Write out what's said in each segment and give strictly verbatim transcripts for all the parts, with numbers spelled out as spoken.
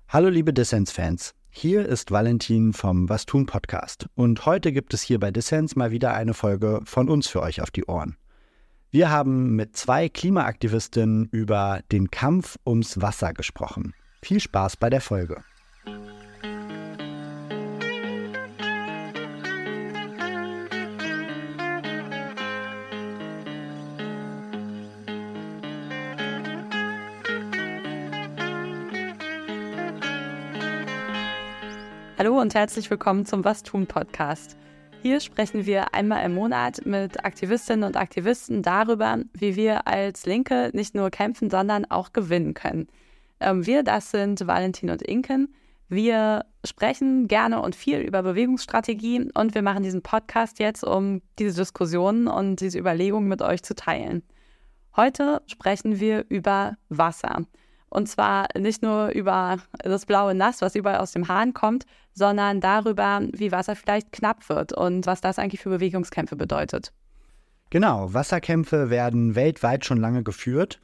Hallo liebe Dissens-Fans, hier ist Valentin vom Was tun Podcast und heute gibt es hier bei Dissens mal wieder eine Folge von uns für euch auf die Ohren. Wir haben mit zwei Klimaaktivistinnen über den Kampf ums Wasser gesprochen. Viel Spaß bei der Folge. Hallo und herzlich willkommen zum Was tun Podcast. Hier sprechen wir einmal im Monat mit Aktivistinnen und Aktivisten darüber, wie wir als Linke nicht nur kämpfen, sondern auch gewinnen können. Ähm, wir, das sind Valentin und Inken. Wir sprechen gerne und viel über Bewegungsstrategie und wir machen diesen Podcast jetzt, um diese Diskussionen und diese Überlegungen mit euch zu teilen. Heute sprechen wir über Wasser. Und zwar nicht nur über das blaue Nass, was überall aus dem Hahn kommt, sondern darüber, wie Wasser vielleicht knapp wird und was das eigentlich für Bewegungskämpfe bedeutet. Genau, Wasserkämpfe werden weltweit schon lange geführt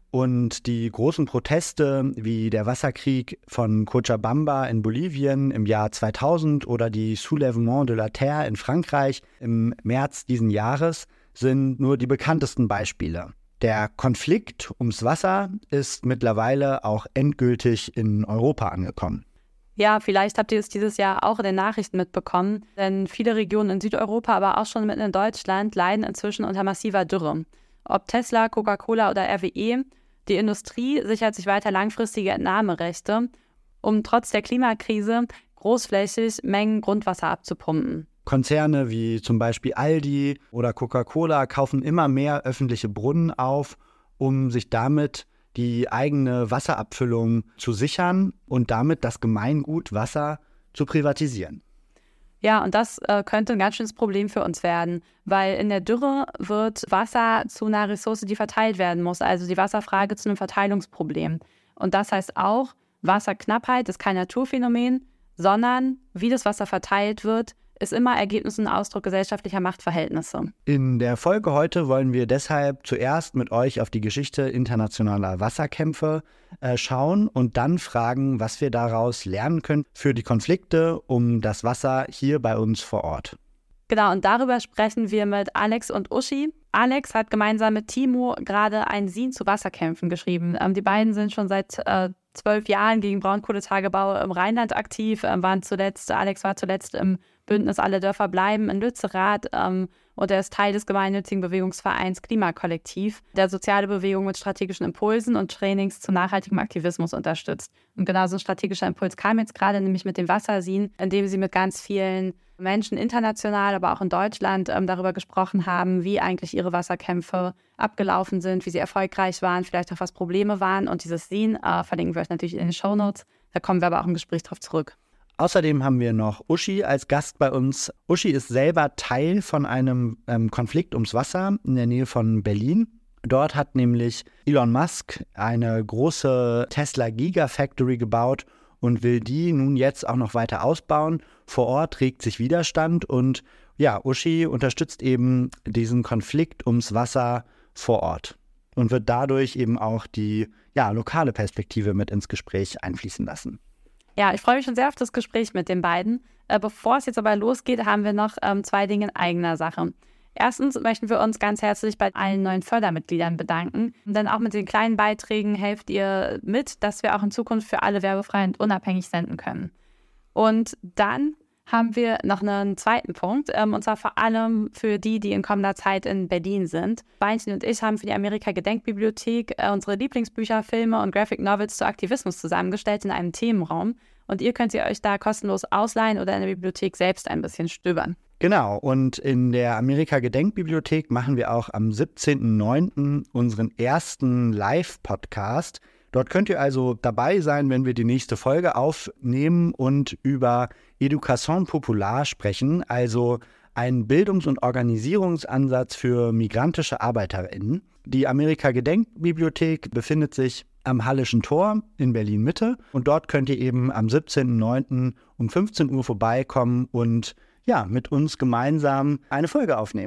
und die großen Proteste wie der Wasserkrieg von Cochabamba in Bolivien im Jahr zweitausend oder die Soulèvement de la Terre in Frankreich im März diesen Jahres sind nur die bekanntesten Beispiele. Der Konflikt ums Wasser ist mittlerweile auch endgültig in Europa angekommen. Ja, vielleicht habt ihr es dieses Jahr auch in den Nachrichten mitbekommen, denn viele Regionen in Südeuropa, aber auch schon mitten in Deutschland leiden inzwischen unter massiver Dürre. Ob Tesla, Coca-Cola oder R W E, die Industrie sichert sich weiter langfristige Entnahmerechte, um trotz der Klimakrise großflächig Mengen Grundwasser abzupumpen. Konzerne wie zum Beispiel Aldi oder Coca-Cola kaufen immer mehr öffentliche Brunnen auf, um sich damit die eigene Wasserabfüllung zu sichern und damit das Gemeingut Wasser zu privatisieren. Ja, und das äh, könnte ein ganz schönes Problem für uns werden, weil in der Dürre wird Wasser zu einer Ressource, die verteilt werden muss, also die Wasserfrage zu einem Verteilungsproblem. Und das heißt auch, Wasserknappheit ist kein Naturphänomen, sondern wie das Wasser verteilt wird, ist immer Ergebnis und Ausdruck gesellschaftlicher Machtverhältnisse. In der Folge heute wollen wir deshalb zuerst mit euch auf die Geschichte internationaler Wasserkämpfe äh, schauen und dann fragen, was wir daraus lernen können für die Konflikte um das Wasser hier bei uns vor Ort. Genau, und darüber sprechen wir mit Alex und Uschi. Alex hat gemeinsam mit Timo gerade ein Sin zu Wasserkämpfen geschrieben. Ähm, die beiden sind schon seit äh, zwölf Jahren gegen Braunkohletagebau im Rheinland aktiv, äh, waren zuletzt, Alex war zuletzt im Bündnis Alle Dörfer bleiben in Lützerath ähm, und er ist Teil des gemeinnützigen Bewegungsvereins Klimakollektiv, der soziale Bewegung mit strategischen Impulsen und Trainings zu nachhaltigem Aktivismus unterstützt. Und genau so ein strategischer Impuls kam jetzt gerade, nämlich mit dem Wassersin, in dem sie mit ganz vielen Menschen international, aber auch in Deutschland ähm, darüber gesprochen haben, wie eigentlich ihre Wasserkämpfe abgelaufen sind, wie sie erfolgreich waren, vielleicht auch was Probleme waren. Und dieses Sin äh, verlinken wir euch natürlich in den Shownotes. Da kommen wir aber auch im Gespräch drauf zurück. Außerdem haben wir noch Uschi als Gast bei uns. Uschi ist selber Teil von einem ähm, Konflikt ums Wasser in der Nähe von Berlin. Dort hat nämlich Elon Musk eine große Tesla Gigafactory gebaut und will die nun jetzt auch noch weiter ausbauen. Vor Ort regt sich Widerstand und ja, Uschi unterstützt eben diesen Konflikt ums Wasser vor Ort und wird dadurch eben auch die ja, lokale Perspektive mit ins Gespräch einfließen lassen. Ja, ich freue mich schon sehr auf das Gespräch mit den beiden. Äh, bevor es jetzt aber losgeht, haben wir noch ähm, zwei Dinge in eigener Sache. Erstens möchten wir uns ganz herzlich bei allen neuen Fördermitgliedern bedanken. Denn auch mit den kleinen Beiträgen helft ihr mit, dass wir auch in Zukunft für alle werbefrei und unabhängig senden können. Und dann haben wir noch einen zweiten Punkt, ähm, und zwar vor allem für die, die in kommender Zeit in Berlin sind. Valentin und ich haben für die Amerika-Gedenkbibliothek äh, unsere Lieblingsbücher, Filme und Graphic Novels zu Aktivismus zusammengestellt in einem Themenraum. Und ihr könnt sie euch da kostenlos ausleihen oder in der Bibliothek selbst ein bisschen stöbern. Genau, und in der Amerika-Gedenkbibliothek machen wir auch am siebzehnten neunten unseren ersten Live-Podcast. Dort könnt ihr also dabei sein, wenn wir die nächste Folge aufnehmen und über Education Popular sprechen, also einen Bildungs- und Organisierungsansatz für migrantische ArbeiterInnen. Die Amerika-Gedenkbibliothek befindet sich am Hallischen Tor in Berlin-Mitte und dort könnt ihr eben am siebzehnten neunten um fünfzehn Uhr vorbeikommen und ja, mit uns gemeinsam eine Folge aufnehmen.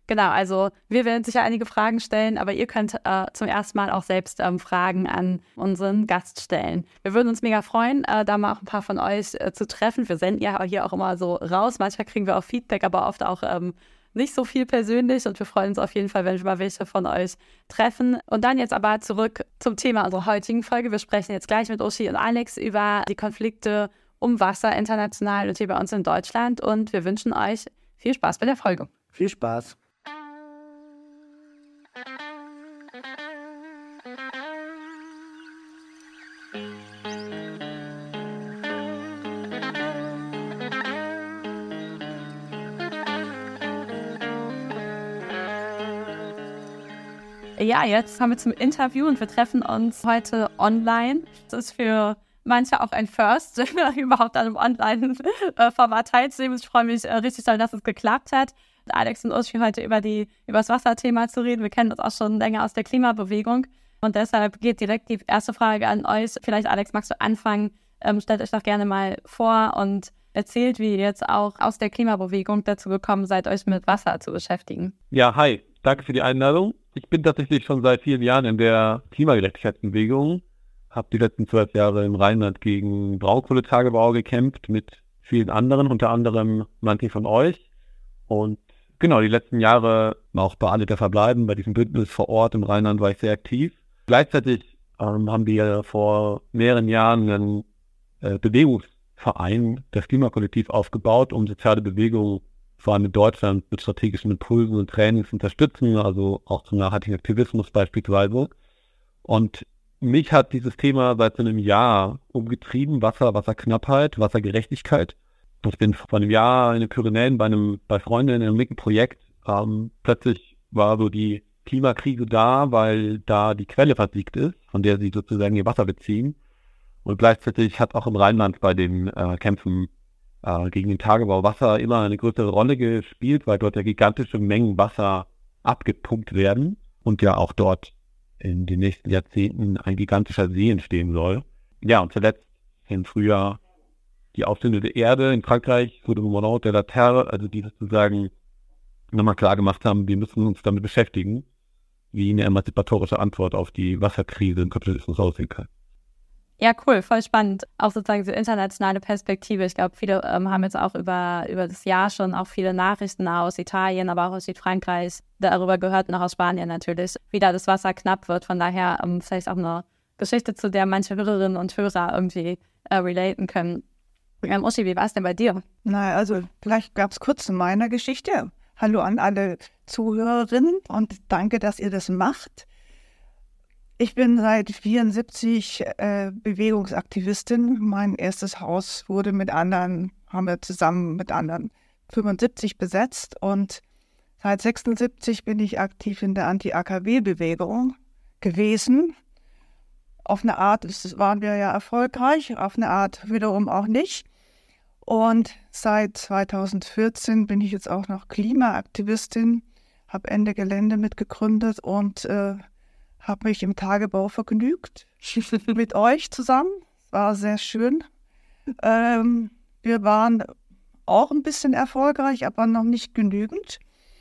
Genau, also wir werden sicher einige Fragen stellen, aber ihr könnt äh, zum ersten Mal auch selbst ähm, Fragen an unseren Gast stellen. Wir würden uns mega freuen, äh, da mal auch ein paar von euch äh, zu treffen. Wir senden ja hier auch immer so raus. Manchmal kriegen wir auch Feedback, aber oft auch ähm, nicht so viel persönlich. Und wir freuen uns auf jeden Fall, wenn wir mal welche von euch treffen. Und dann jetzt aber zurück zum Thema unserer heutigen Folge. Wir sprechen jetzt gleich mit Uschi und Alex über die Konflikte um Wasser international und hier bei uns in Deutschland. Und wir wünschen euch viel Spaß bei der Folge. Viel Spaß. Ja, jetzt kommen wir zum Interview und wir treffen uns heute online. Das ist für manche auch ein First, überhaupt an einem Online-Format teilzunehmen. Ich freue mich richtig doll, dass es geklappt hat, mit Alex und Uschi heute über, die, über das Wasserthema zu reden. Wir kennen uns auch schon länger aus der Klimabewegung und deshalb geht direkt die erste Frage an euch. Vielleicht, Alex, magst du anfangen? Ähm, stellt euch doch gerne mal vor und erzählt, wie ihr jetzt auch aus der Klimabewegung dazu gekommen seid, euch mit Wasser zu beschäftigen. Ja, hi. Danke für die Einladung. Ich bin tatsächlich schon seit vielen Jahren in der Klimagerechtigkeitsbewegung, habe die letzten zwölf Jahre im Rheinland gegen Braunkohletagebau gekämpft mit vielen anderen, unter anderem manche von euch. Und genau, die letzten Jahre auch bei Alle der Verbleiben, bei diesem Bündnis vor Ort im Rheinland war ich sehr aktiv. Gleichzeitig ähm, haben wir vor mehreren Jahren einen äh, Bewegungsverein, das Klimakollektiv, aufgebaut, um soziale Bewegungen vor allem in Deutschland mit strategischen Impulsen und Trainings unterstützen, also auch zum nachhaltigen Aktivismus beispielsweise. Und mich hat dieses Thema seit einem Jahr umgetrieben, Wasser, Wasserknappheit, Wassergerechtigkeit. Ich bin vor einem Jahr in den Pyrenäen bei einem, bei Freunden in einem linken Projekt. Ähm, plötzlich war so die Klimakrise da, weil da die Quelle versiegt ist, von der sie sozusagen ihr Wasser beziehen. Und gleichzeitig hat auch im Rheinland bei den äh, Kämpfen gegen den Tagebau Wasser immer eine größere Rolle gespielt, weil dort ja gigantische Mengen Wasser abgepumpt werden und ja auch dort in den nächsten Jahrzehnten ein gigantischer See entstehen soll. Ja, und zuletzt im Frühjahr die Aufstände der Erde in Frankreich, Feu de Montmartre, de la Terre, also die sozusagen nochmal klar gemacht haben, wir müssen uns damit beschäftigen, wie eine emanzipatorische Antwort auf die Wasserkrise im Kapitalismus aussehen kann. Ja, cool, voll spannend. Auch sozusagen diese internationale Perspektive. Ich glaube, viele ähm, haben jetzt auch über, über das Jahr schon auch viele Nachrichten aus Italien, aber auch aus Südfrankreich darüber gehört und auch aus Spanien natürlich, wie da das Wasser knapp wird. Von daher ähm, vielleicht auch eine Geschichte, zu der manche Hörerinnen und Hörer irgendwie äh, relaten können. Ähm, Uschi, wie war es denn bei dir? Na, also vielleicht gab es kurz zu meiner Geschichte. Hallo an alle Zuhörerinnen und danke, dass ihr das macht. Ich bin seit vierundsiebzig äh, Bewegungsaktivistin. Mein erstes Haus wurde mit anderen, haben wir zusammen mit anderen fünfundsiebzig besetzt. Und seit sechsundsiebzig bin ich aktiv in der Anti-A K W-Bewegung gewesen. Auf eine Art das waren wir ja erfolgreich, auf eine Art wiederum auch nicht. Und seit zweitausendvierzehn bin ich jetzt auch noch Klimaaktivistin, habe Ende Gelände mitgegründet und äh, habe mich im Tagebau vergnügt mit euch zusammen. War sehr schön. Ähm, wir waren auch ein bisschen erfolgreich, aber noch nicht genügend.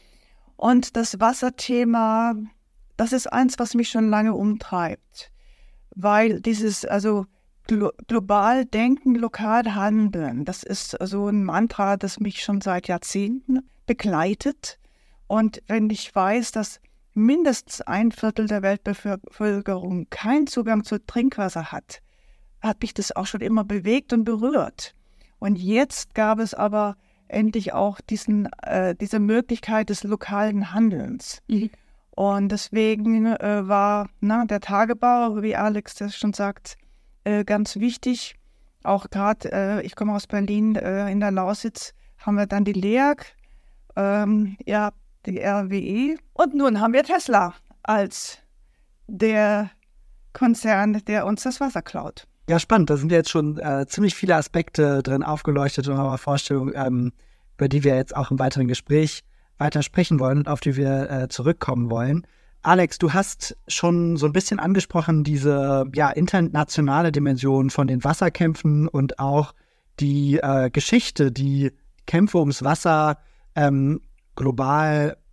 Und das Wasserthema, das ist eins, was mich schon lange umtreibt. Weil dieses, also glo- global denken, lokal handeln, das ist so ein Mantra, das mich schon seit Jahrzehnten begleitet. Und wenn ich weiß, dass mindestens ein Viertel der Weltbevölkerung keinen Zugang zu Trinkwasser hat, hat mich das auch schon immer bewegt und berührt. Und jetzt gab es aber endlich auch diesen, äh, diese Möglichkeit des lokalen Handelns. Mhm. Und deswegen äh, war na, der Tagebau, wie Alex das schon sagt, äh, ganz wichtig. Auch gerade, äh, ich komme aus Berlin, äh, in der Lausitz haben wir dann die L E A G, ähm, ja, die R W E. Und nun haben wir Tesla als der Konzern, der uns das Wasser klaut. Ja, spannend. Da sind ja jetzt schon äh, ziemlich viele Aspekte drin aufgeleuchtet und auch Vorstellungen, ähm, über die wir jetzt auch im weiteren Gespräch weiter sprechen wollen und auf die wir äh, zurückkommen wollen. Alex, du hast schon so ein bisschen angesprochen, diese ja, internationale Dimension von den Wasserkämpfen und auch die äh, Geschichte, die Kämpfe ums Wasser ähm, global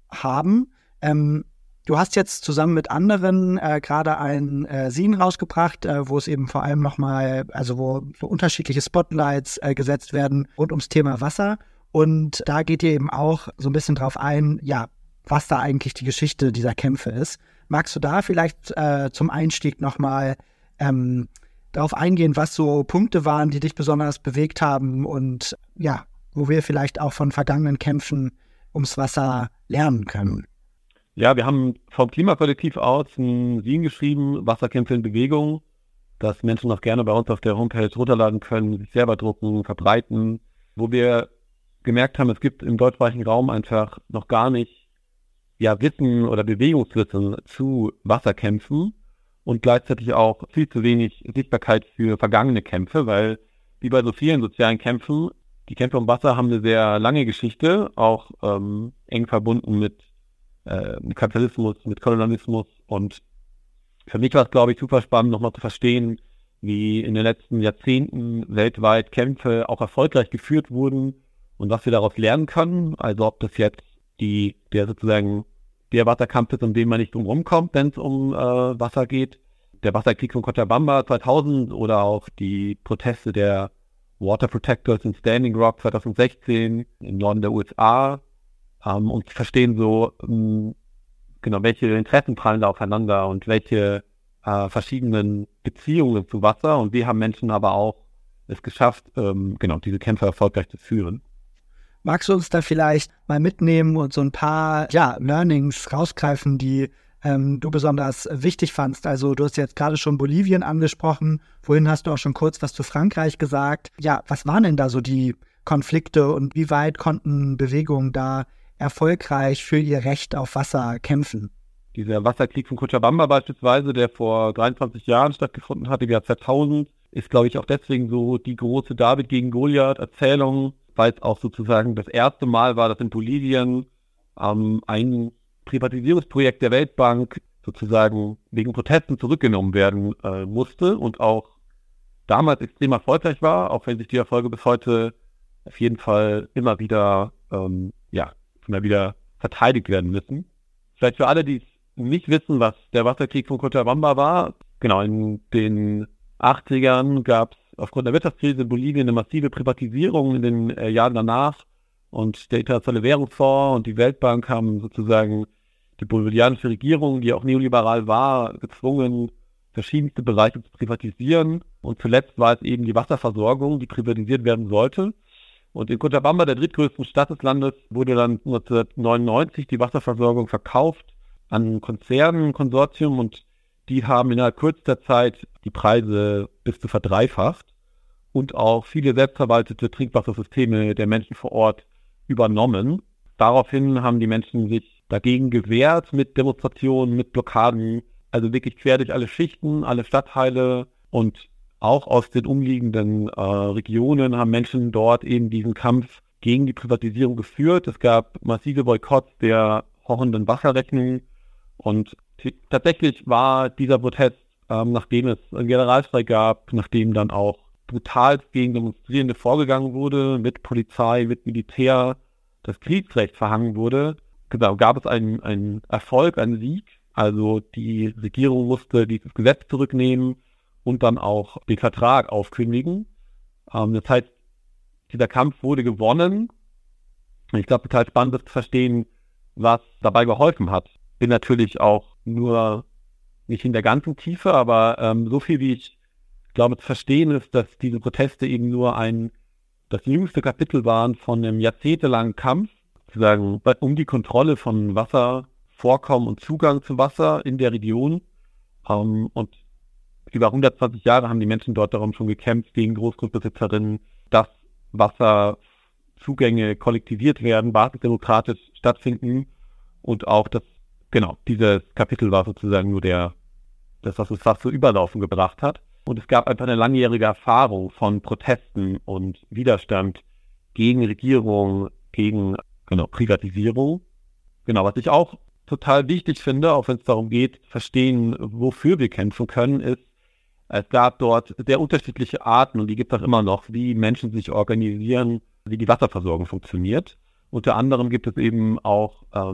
haben. Ähm, du hast jetzt zusammen mit anderen äh, gerade ein äh, Zine rausgebracht, äh, wo es eben vor allem nochmal, also wo, wo unterschiedliche Spotlights äh, gesetzt werden rund ums Thema Wasser. Und da geht ihr eben auch so ein bisschen drauf ein, ja, was da eigentlich die Geschichte dieser Kämpfe ist. Magst du da vielleicht äh, zum Einstieg nochmal ähm, darauf eingehen, was so Punkte waren, die dich besonders bewegt haben und ja, wo wir vielleicht auch von vergangenen Kämpfen ums Wasser lernen können? Ja, wir haben vom Klimakollektiv aus ein Zine geschrieben, Wasserkämpfe in Bewegung, das Menschen auch gerne bei uns auf der Homepage runterladen können, sich selber drucken, verbreiten, wo wir gemerkt haben, es gibt im deutschsprachigen Raum einfach noch gar nicht ja, Wissen oder Bewegungswissen zu Wasserkämpfen und gleichzeitig auch viel zu wenig Sichtbarkeit für vergangene Kämpfe, weil wie bei so vielen sozialen Kämpfen, die Kämpfe um Wasser haben eine sehr lange Geschichte, auch ähm, eng verbunden mit, äh, mit Kapitalismus, mit Kolonialismus, und für mich war es, glaube ich, super spannend, nochmal zu verstehen, wie in den letzten Jahrzehnten weltweit Kämpfe auch erfolgreich geführt wurden und was wir daraus lernen können, also ob das jetzt die, der sozusagen der Wasserkampf ist, um den man nicht drum rumkommt, wenn es um äh, Wasser geht, der Wasserkrieg von Cochabamba zweitausend oder auch die Proteste der Water Protectors in Standing Rock zweitausendsechzehn im Norden der U S A, ähm, und verstehen so, ähm, genau, welche Interessen prallen da aufeinander und welche äh, verschiedenen Beziehungen zu Wasser, und wie haben Menschen aber auch es geschafft, ähm, genau, diese Kämpfe erfolgreich zu führen. Magst du uns da vielleicht mal mitnehmen und so ein paar ja, Learnings rausgreifen, die ähm, du besonders wichtig fandst? Also du hast jetzt gerade schon Bolivien angesprochen, vorhin hast du auch schon kurz was zu Frankreich gesagt. Ja, was waren denn da so die Konflikte und wie weit konnten Bewegungen da erfolgreich für ihr Recht auf Wasser kämpfen? Dieser Wasserkrieg von Cochabamba beispielsweise, der vor dreiundzwanzig Jahren stattgefunden hat, im Jahr zweitausend, ist, glaube ich, auch deswegen so die große David gegen Goliath-Erzählung, weil es auch sozusagen das erste Mal war, dass in Bolivien ähm, ein Privatisierungsprojekt der Weltbank sozusagen wegen Protesten zurückgenommen werden äh, musste und auch damals extrem erfolgreich war, auch wenn sich die Erfolge bis heute auf jeden Fall immer wieder, ähm, ja, immer wieder verteidigt werden müssen. Vielleicht für alle, die es nicht wissen, was der Wasserkrieg von Cochabamba war, genau, in den achtzigern gab es aufgrund der Wirtschaftskrise in Bolivien eine massive Privatisierung in den äh, Jahren danach, und der Internationale Währungsfonds und die Weltbank haben sozusagen die bolivianische Regierung, die auch neoliberal war, gezwungen, verschiedenste Bereiche zu privatisieren, und zuletzt war es eben die Wasserversorgung, die privatisiert werden sollte. Und in Cochabamba, der drittgrößten Stadt des Landes, wurde dann neunzehnhundertneunundneunzig die Wasserversorgung verkauft an ein Konzernkonsortium, und die haben innerhalb kürzester Zeit die Preise bis zu verdreifacht und auch viele selbstverwaltete Trinkwassersysteme der Menschen vor Ort übernommen. Daraufhin haben die Menschen sich dagegen gewehrt mit Demonstrationen, mit Blockaden, also wirklich quer durch alle Schichten, alle Stadtteile, und auch aus den umliegenden äh, Regionen haben Menschen dort eben diesen Kampf gegen die Privatisierung geführt. Es gab massive Boykotts der horrenden Wasserrechnung, und t- tatsächlich war dieser Protest, ähm, nachdem es einen Generalstreik gab, nachdem dann auch brutal gegen Demonstrierende vorgegangen wurde, mit Polizei, mit Militär, das Kriegsrecht verhangen wurde, genau, gab es einen, einen Erfolg, einen Sieg. Also die Regierung musste dieses Gesetz zurücknehmen und dann auch den Vertrag aufkündigen. Ähm, das heißt, dieser Kampf wurde gewonnen. Ich glaube, total spannend ist zu verstehen, was dabei geholfen hat. Bin natürlich auch nur nicht in der ganzen Tiefe, aber ähm, so viel wie ich glaube zu verstehen ist, dass diese Proteste eben nur ein, das jüngste Kapitel waren von einem jahrzehntelangen Kampf, sozusagen um die Kontrolle von Wasservorkommen und Zugang zu Wasser in der Region. Ähm, und über hundertzwanzig Jahre haben die Menschen dort darum schon gekämpft, gegen Großgrundbesitzerinnen, dass Wasserzugänge kollektiviert werden, basisdemokratisch stattfinden, und auch das, genau, dieses Kapitel war sozusagen nur der, das, was es fast so überlaufen gebracht hat. Und es gab einfach eine langjährige Erfahrung von Protesten und Widerstand gegen Regierung, gegen, genau, Privatisierung. Genau, was ich auch total wichtig finde, auch wenn es darum geht, verstehen, wofür wir kämpfen können, ist, es gab dort sehr unterschiedliche Arten, und die gibt es auch immer noch, wie Menschen sich organisieren, wie die Wasserversorgung funktioniert. Unter anderem gibt es eben auch ähm,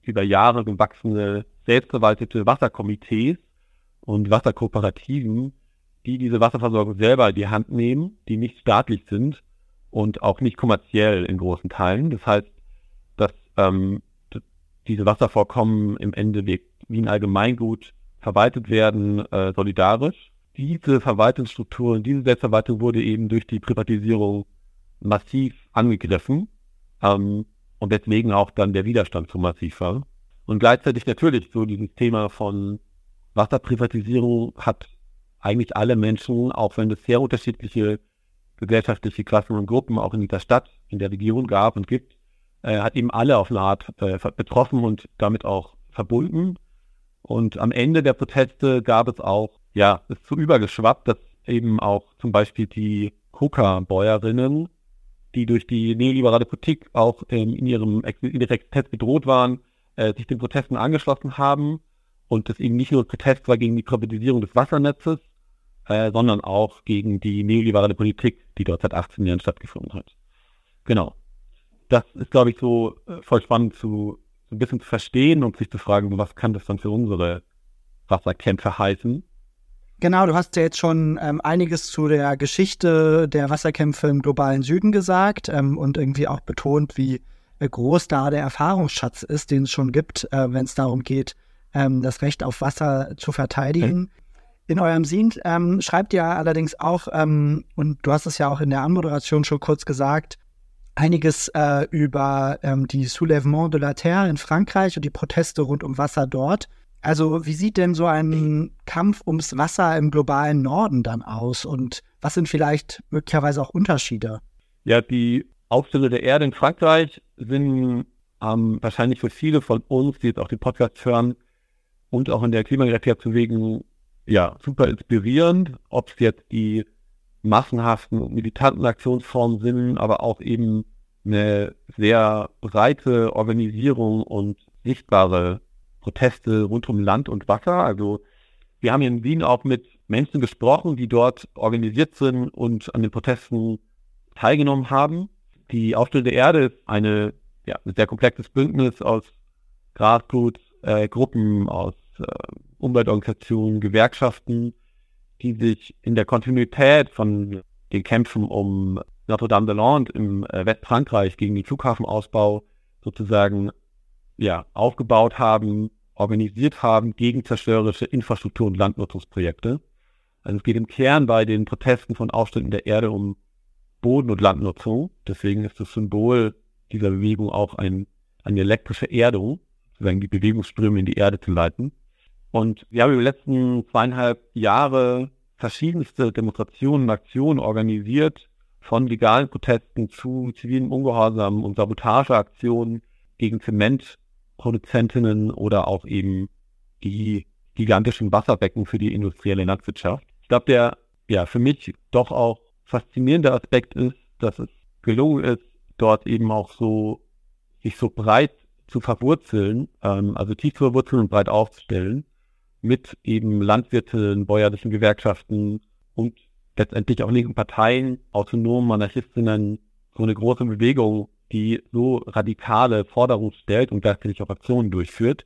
über Jahre gewachsene, selbstverwaltete Wasserkomitees und Wasserkooperativen, die diese Wasserversorgung selber in die Hand nehmen, die nicht staatlich sind und auch nicht kommerziell in großen Teilen. Das heißt, dass ähm, diese Wasservorkommen im Endeffekt wie ein Allgemeingut verwaltet werden, äh, solidarisch. Diese Verwaltungsstrukturen, diese Selbstverwaltung wurde eben durch die Privatisierung massiv angegriffen ähm, und deswegen auch dann der Widerstand so massiv war. Und gleichzeitig natürlich so dieses Thema von Wasserprivatisierung hat eigentlich alle Menschen, auch wenn es sehr unterschiedliche gesellschaftliche Klassen und Gruppen auch in dieser Stadt, in der Region gab und gibt, äh, hat eben alle auf eine Art äh, betroffen und damit auch verbunden. Und am Ende der Proteste gab es auch, ja, es ist so übergeschwappt, dass eben auch zum Beispiel die Coca-Bäuerinnen, die durch die neoliberale Politik auch ähm, in ihrem in ihrer Existenz bedroht waren, äh, sich den Protesten angeschlossen haben. Und das eben nicht nur Protest war gegen die Privatisierung des Wassernetzes, äh, sondern auch gegen die neoliberale Politik, die dort seit achtzehn Jahren stattgefunden hat. Genau. Das ist, glaube ich, so äh, voll spannend zu so ein bisschen zu verstehen und sich zu fragen, was kann das dann für unsere Wasserkämpfe heißen? Genau, du hast ja jetzt schon ähm, einiges zu der Geschichte der Wasserkämpfe im globalen Süden gesagt ähm, und irgendwie auch betont, wie äh, groß da der Erfahrungsschatz ist, den es schon gibt, äh, wenn es darum geht, ähm, das Recht auf Wasser zu verteidigen. Okay. In eurem Zine ähm, schreibt ihr allerdings auch, ähm, und du hast es ja auch in der Anmoderation schon kurz gesagt, einiges äh, über ähm, die Soulèvement de la Terre in Frankreich und die Proteste rund um Wasser dort. Also wie sieht denn so ein Kampf ums Wasser im globalen Norden dann aus und was sind vielleicht möglicherweise auch Unterschiede? Ja, die Aufstände der Erde in Frankreich sind ähm, wahrscheinlich für viele von uns, die jetzt auch den Podcast hören und auch in der Klimagerechtigkeitsbewegung, ja, super inspirierend, ob es jetzt die massenhaften und militanten Aktionsformen sind, aber auch eben eine sehr breite Organisierung und sichtbare Proteste rund um Land und Wasser. Also wir haben hier in Wien auch mit Menschen gesprochen, die dort organisiert sind und an den Protesten teilgenommen haben. Die Aufstände der Erde ist eine, ja, ein sehr komplexes Bündnis aus Grassroots-Gruppen, äh, aus äh, Umweltorganisationen, Gewerkschaften, die sich in der Kontinuität von den Kämpfen um Notre-Dame-des-Landes im äh, Westfrankreich gegen den Flughafenausbau sozusagen ja, aufgebaut haben, organisiert haben gegen zerstörerische Infrastruktur- und Landnutzungsprojekte. Also es geht im Kern bei den Protesten von Aufständen der Erde um Boden- und Landnutzung. Deswegen ist das Symbol dieser Bewegung auch ein, eine elektrische Erdung, sozusagen die Bewegungsströme in die Erde zu leiten. Und wir haben über die letzten zweieinhalb Jahre verschiedenste Demonstrationen und Aktionen organisiert, von legalen Protesten zu zivilen Ungehorsam und Sabotageaktionen gegen Zementproduzentinnen oder auch eben die gigantischen Wasserbecken für die industrielle Landwirtschaft. Ich glaube, der ja für mich doch auch faszinierende Aspekt ist, dass es gelungen ist, dort eben auch so sich so breit zu verwurzeln, ähm, also tief zu verwurzeln und breit aufzustellen, mit eben Landwirten, bäuerlichen Gewerkschaften und letztendlich auch linken Parteien, autonomen Anarchistinnen, so eine große Bewegung, die so radikale Forderungen stellt und gleichzeitig auch Aktionen durchführt.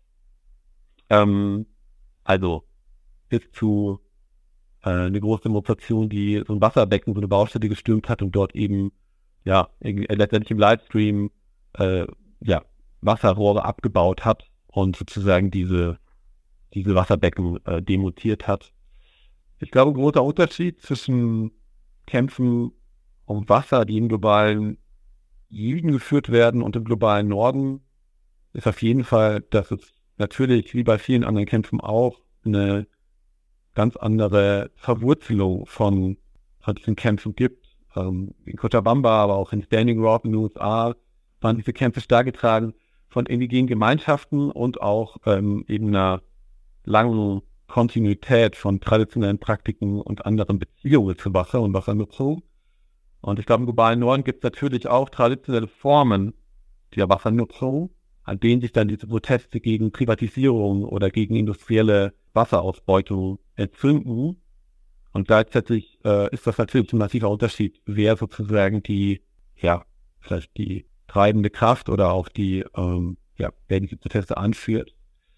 Ähm, also bis zu äh, eine große Demonstration, die so ein Wasserbecken, so eine Baustelle gestürmt hat und dort eben ja letztendlich im Livestream äh, ja Wasserrohre abgebaut hat und sozusagen diese diese Wasserbecken äh, demontiert hat. Ich glaube, ein großer Unterschied zwischen Kämpfen um Wasser, die im globalen Süden geführt werden und im globalen Norden, ist auf jeden Fall, dass es natürlich, wie bei vielen anderen Kämpfen auch, eine ganz andere Verwurzelung von, von diesen Kämpfen gibt. Ähm, in Cochabamba, aber auch in Standing Rock in den U S A waren diese Kämpfe stark getragen von indigenen Gemeinschaften und auch ähm, eben einer langen Kontinuität von traditionellen Praktiken und anderen Beziehungen zu Wasser und Wassernutzung. Und ich glaube, im globalen Norden gibt es natürlich auch traditionelle Formen der Wassernutzung, an denen sich dann diese Proteste gegen Privatisierung oder gegen industrielle Wasserausbeutung entzünden. Und gleichzeitig äh, ist das natürlich ein massiver Unterschied, wer sozusagen die, ja, vielleicht die treibende Kraft oder auch die, ähm, ja, wer diese Proteste anführt.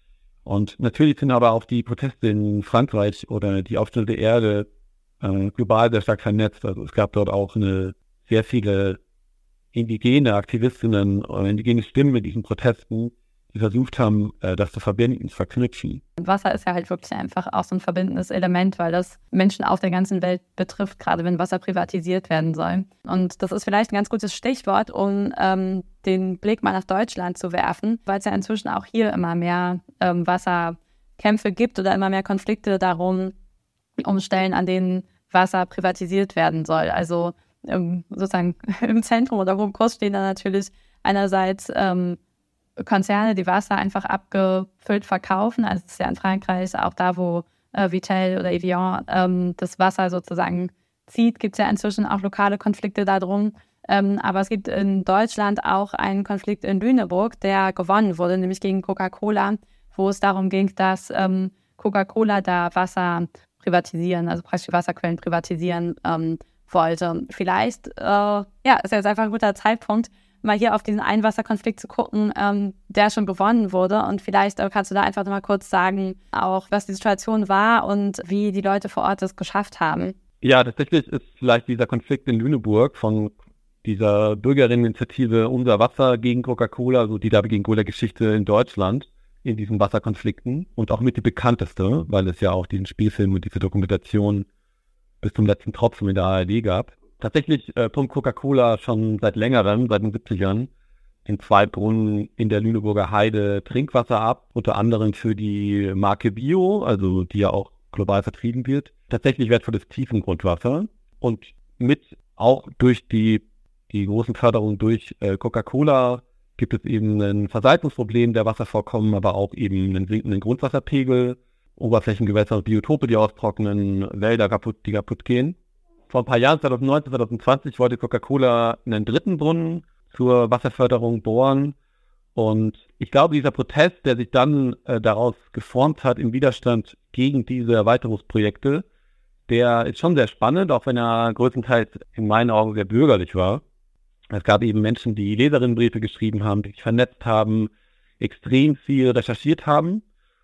Und natürlich sind aber auch die Proteste in Frankreich oder die Aufstände der Erde äh, global sehr stark vernetzt. Also es gab dort auch eine sehr viele indigene Aktivistinnen oder indigene Stimmen in diesen Protesten, die versucht haben, das zu verbinden, zu verknüpfen. Und Wasser ist ja halt wirklich einfach auch so ein verbindendes Element, weil das Menschen auf der ganzen Welt betrifft, gerade wenn Wasser privatisiert werden soll. Und das ist vielleicht ein ganz gutes Stichwort, um ähm, den Blick mal nach Deutschland zu werfen, weil es ja inzwischen auch hier immer mehr ähm, Wasserkämpfe gibt oder immer mehr Konflikte darum, um Stellen, an denen Wasser privatisiert werden soll. Also ähm, sozusagen im Zentrum oder hohem Kurs stehen da natürlich einerseits ähm, Konzerne, die Wasser einfach abgefüllt verkaufen. Also es ist ja in Frankreich auch da, wo äh, Vittel oder Evian ähm, das Wasser sozusagen zieht, gibt es ja inzwischen auch lokale Konflikte darum. Ähm, aber es gibt in Deutschland auch einen Konflikt in Lüneburg, der gewonnen wurde, nämlich gegen Coca-Cola, wo es darum ging, dass ähm, Coca-Cola da Wasser privatisieren, also praktisch Wasserquellen privatisieren ähm, wollte. Vielleicht, äh, ja, ist jetzt einfach ein guter Zeitpunkt, mal hier auf diesen Einwasserkonflikt zu gucken, ähm, der schon gewonnen wurde. Und vielleicht äh, kannst du da einfach noch mal kurz sagen, auch was die Situation war und wie die Leute vor Ort es geschafft haben. Ja, tatsächlich ist vielleicht dieser Konflikt in Lüneburg von dieser Bürgerinneninitiative Unser Wasser gegen Coca-Cola, also die da gegen Cola-Geschichte in Deutschland, in diesen Wasserkonflikten und auch mit die bekannteste, weil es ja auch diesen Spielfilm und diese Dokumentation bis zum letzten Tropfen in der A R D gab. Tatsächlich äh, pumpt Coca-Cola schon seit längerem, seit den siebzigern, in zwei Brunnen in der Lüneburger Heide Trinkwasser ab, unter anderem für die Marke Bio, also die ja auch global vertrieben wird. Tatsächlich wertvolles Tiefengrundwasser und mit auch durch die, die großen Förderungen durch äh, Coca-Cola gibt es eben ein Versalzungsproblem der Wasservorkommen, aber auch eben einen sinkenden Grundwasserpegel, Oberflächengewässer und Biotope, die austrocknen, Wälder kaputt, die kaputt gehen. Vor ein paar Jahren, zwanzig neunzehn, zwanzig zwanzig, wollte Coca-Cola einen dritten Brunnen zur Wasserförderung bohren. Und ich glaube, dieser Protest, der sich dann äh, daraus geformt hat im Widerstand gegen diese Erweiterungsprojekte, der ist schon sehr spannend, auch wenn er größtenteils in meinen Augen sehr bürgerlich war. Es gab eben Menschen, die Leserinnenbriefe geschrieben haben, die sich vernetzt haben, extrem viel recherchiert haben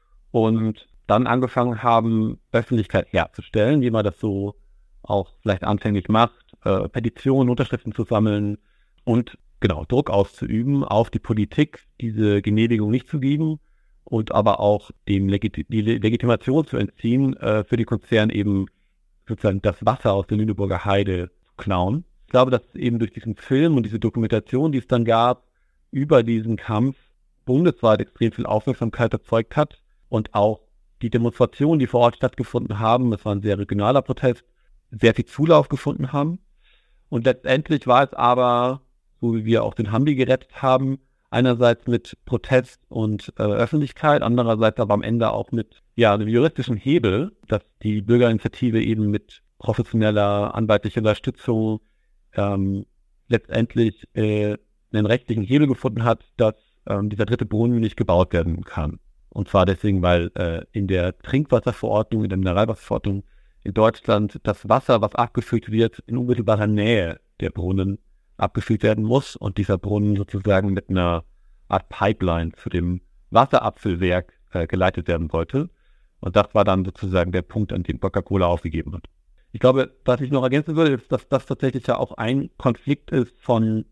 und dann angefangen haben, Öffentlichkeit herzustellen, wie man das so auch vielleicht anfänglich macht, äh, Petitionen, Unterschriften zu sammeln und genau Druck auszuüben auf die Politik, diese Genehmigung nicht zu geben und aber auch dem Legit- die Legitimation zu entziehen, äh, für die Konzerne eben sozusagen das Wasser aus der Lüneburger Heide zu klauen. Ich glaube, dass eben durch diesen Film und diese Dokumentation, die es dann gab, über diesen Kampf bundesweit extrem viel Aufmerksamkeit erzeugt hat und auch die Demonstrationen, die vor Ort stattgefunden haben, das war ein sehr regionaler Protest, sehr viel Zulauf gefunden haben. Und letztendlich war es aber, so wie wir auch den Hambi gerettet haben, einerseits mit Protest und äh, Öffentlichkeit, andererseits aber am Ende auch mit ja, einem juristischen Hebel, dass die Bürgerinitiative eben mit professioneller anwaltlicher Unterstützung ähm, letztendlich äh, einen rechtlichen Hebel gefunden hat, dass ähm, dieser dritte Brunnen nicht gebaut werden kann. Und zwar deswegen, weil äh, in der Trinkwasserverordnung, in der Mineralwasserverordnung in Deutschland das Wasser, was abgefüllt wird, in unmittelbarer Nähe der Brunnen abgefüllt werden muss und dieser Brunnen sozusagen mit einer Art Pipeline zu dem Wasserabfüllwerk äh, geleitet werden sollte. Und das war dann sozusagen der Punkt, an dem Coca-Cola aufgegeben hat. Ich glaube, was ich noch ergänzen würde, ist, dass das tatsächlich ja auch ein Konflikt ist von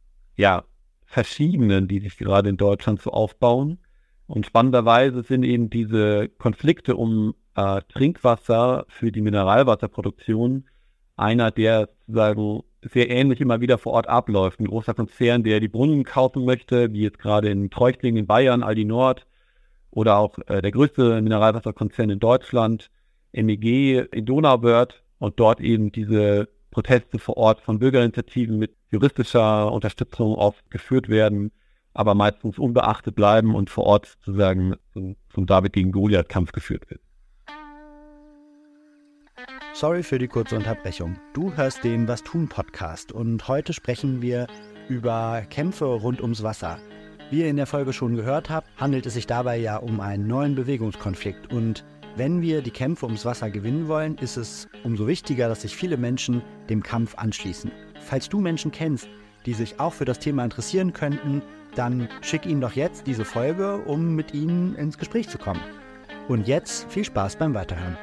ja, verschiedenen, die sich gerade in Deutschland so aufbauen. Und spannenderweise sind eben diese Konflikte um äh, Trinkwasser für die Mineralwasserproduktion einer, der sozusagen sehr ähnlich immer wieder vor Ort abläuft. Ein großer Konzern, der die Brunnen kaufen möchte, wie jetzt gerade in Treuchtlingen in Bayern, Aldi Nord, oder auch äh, der größte Mineralwasserkonzern in Deutschland, M E G in Donauwörth, und dort eben diese Proteste vor Ort von Bürgerinitiativen mit juristischer Unterstützung oft geführt werden, aber meistens unbeachtet bleiben und vor Ort sozusagen zum, zum David gegen Goliath-Kampf geführt wird. Sorry für die kurze Unterbrechung. Du hörst den Was tun Podcast und heute sprechen wir über Kämpfe rund ums Wasser. Wie ihr in der Folge schon gehört habt, handelt es sich dabei ja um einen neuen Bewegungskonflikt. Und wenn wir die Kämpfe ums Wasser gewinnen wollen, ist es umso wichtiger, dass sich viele Menschen dem Kampf anschließen. Falls du Menschen kennst, die sich auch für das Thema interessieren könnten, dann schick ihnen doch jetzt diese Folge, um mit ihnen ins Gespräch zu kommen. Und jetzt viel Spaß beim Weiterhören.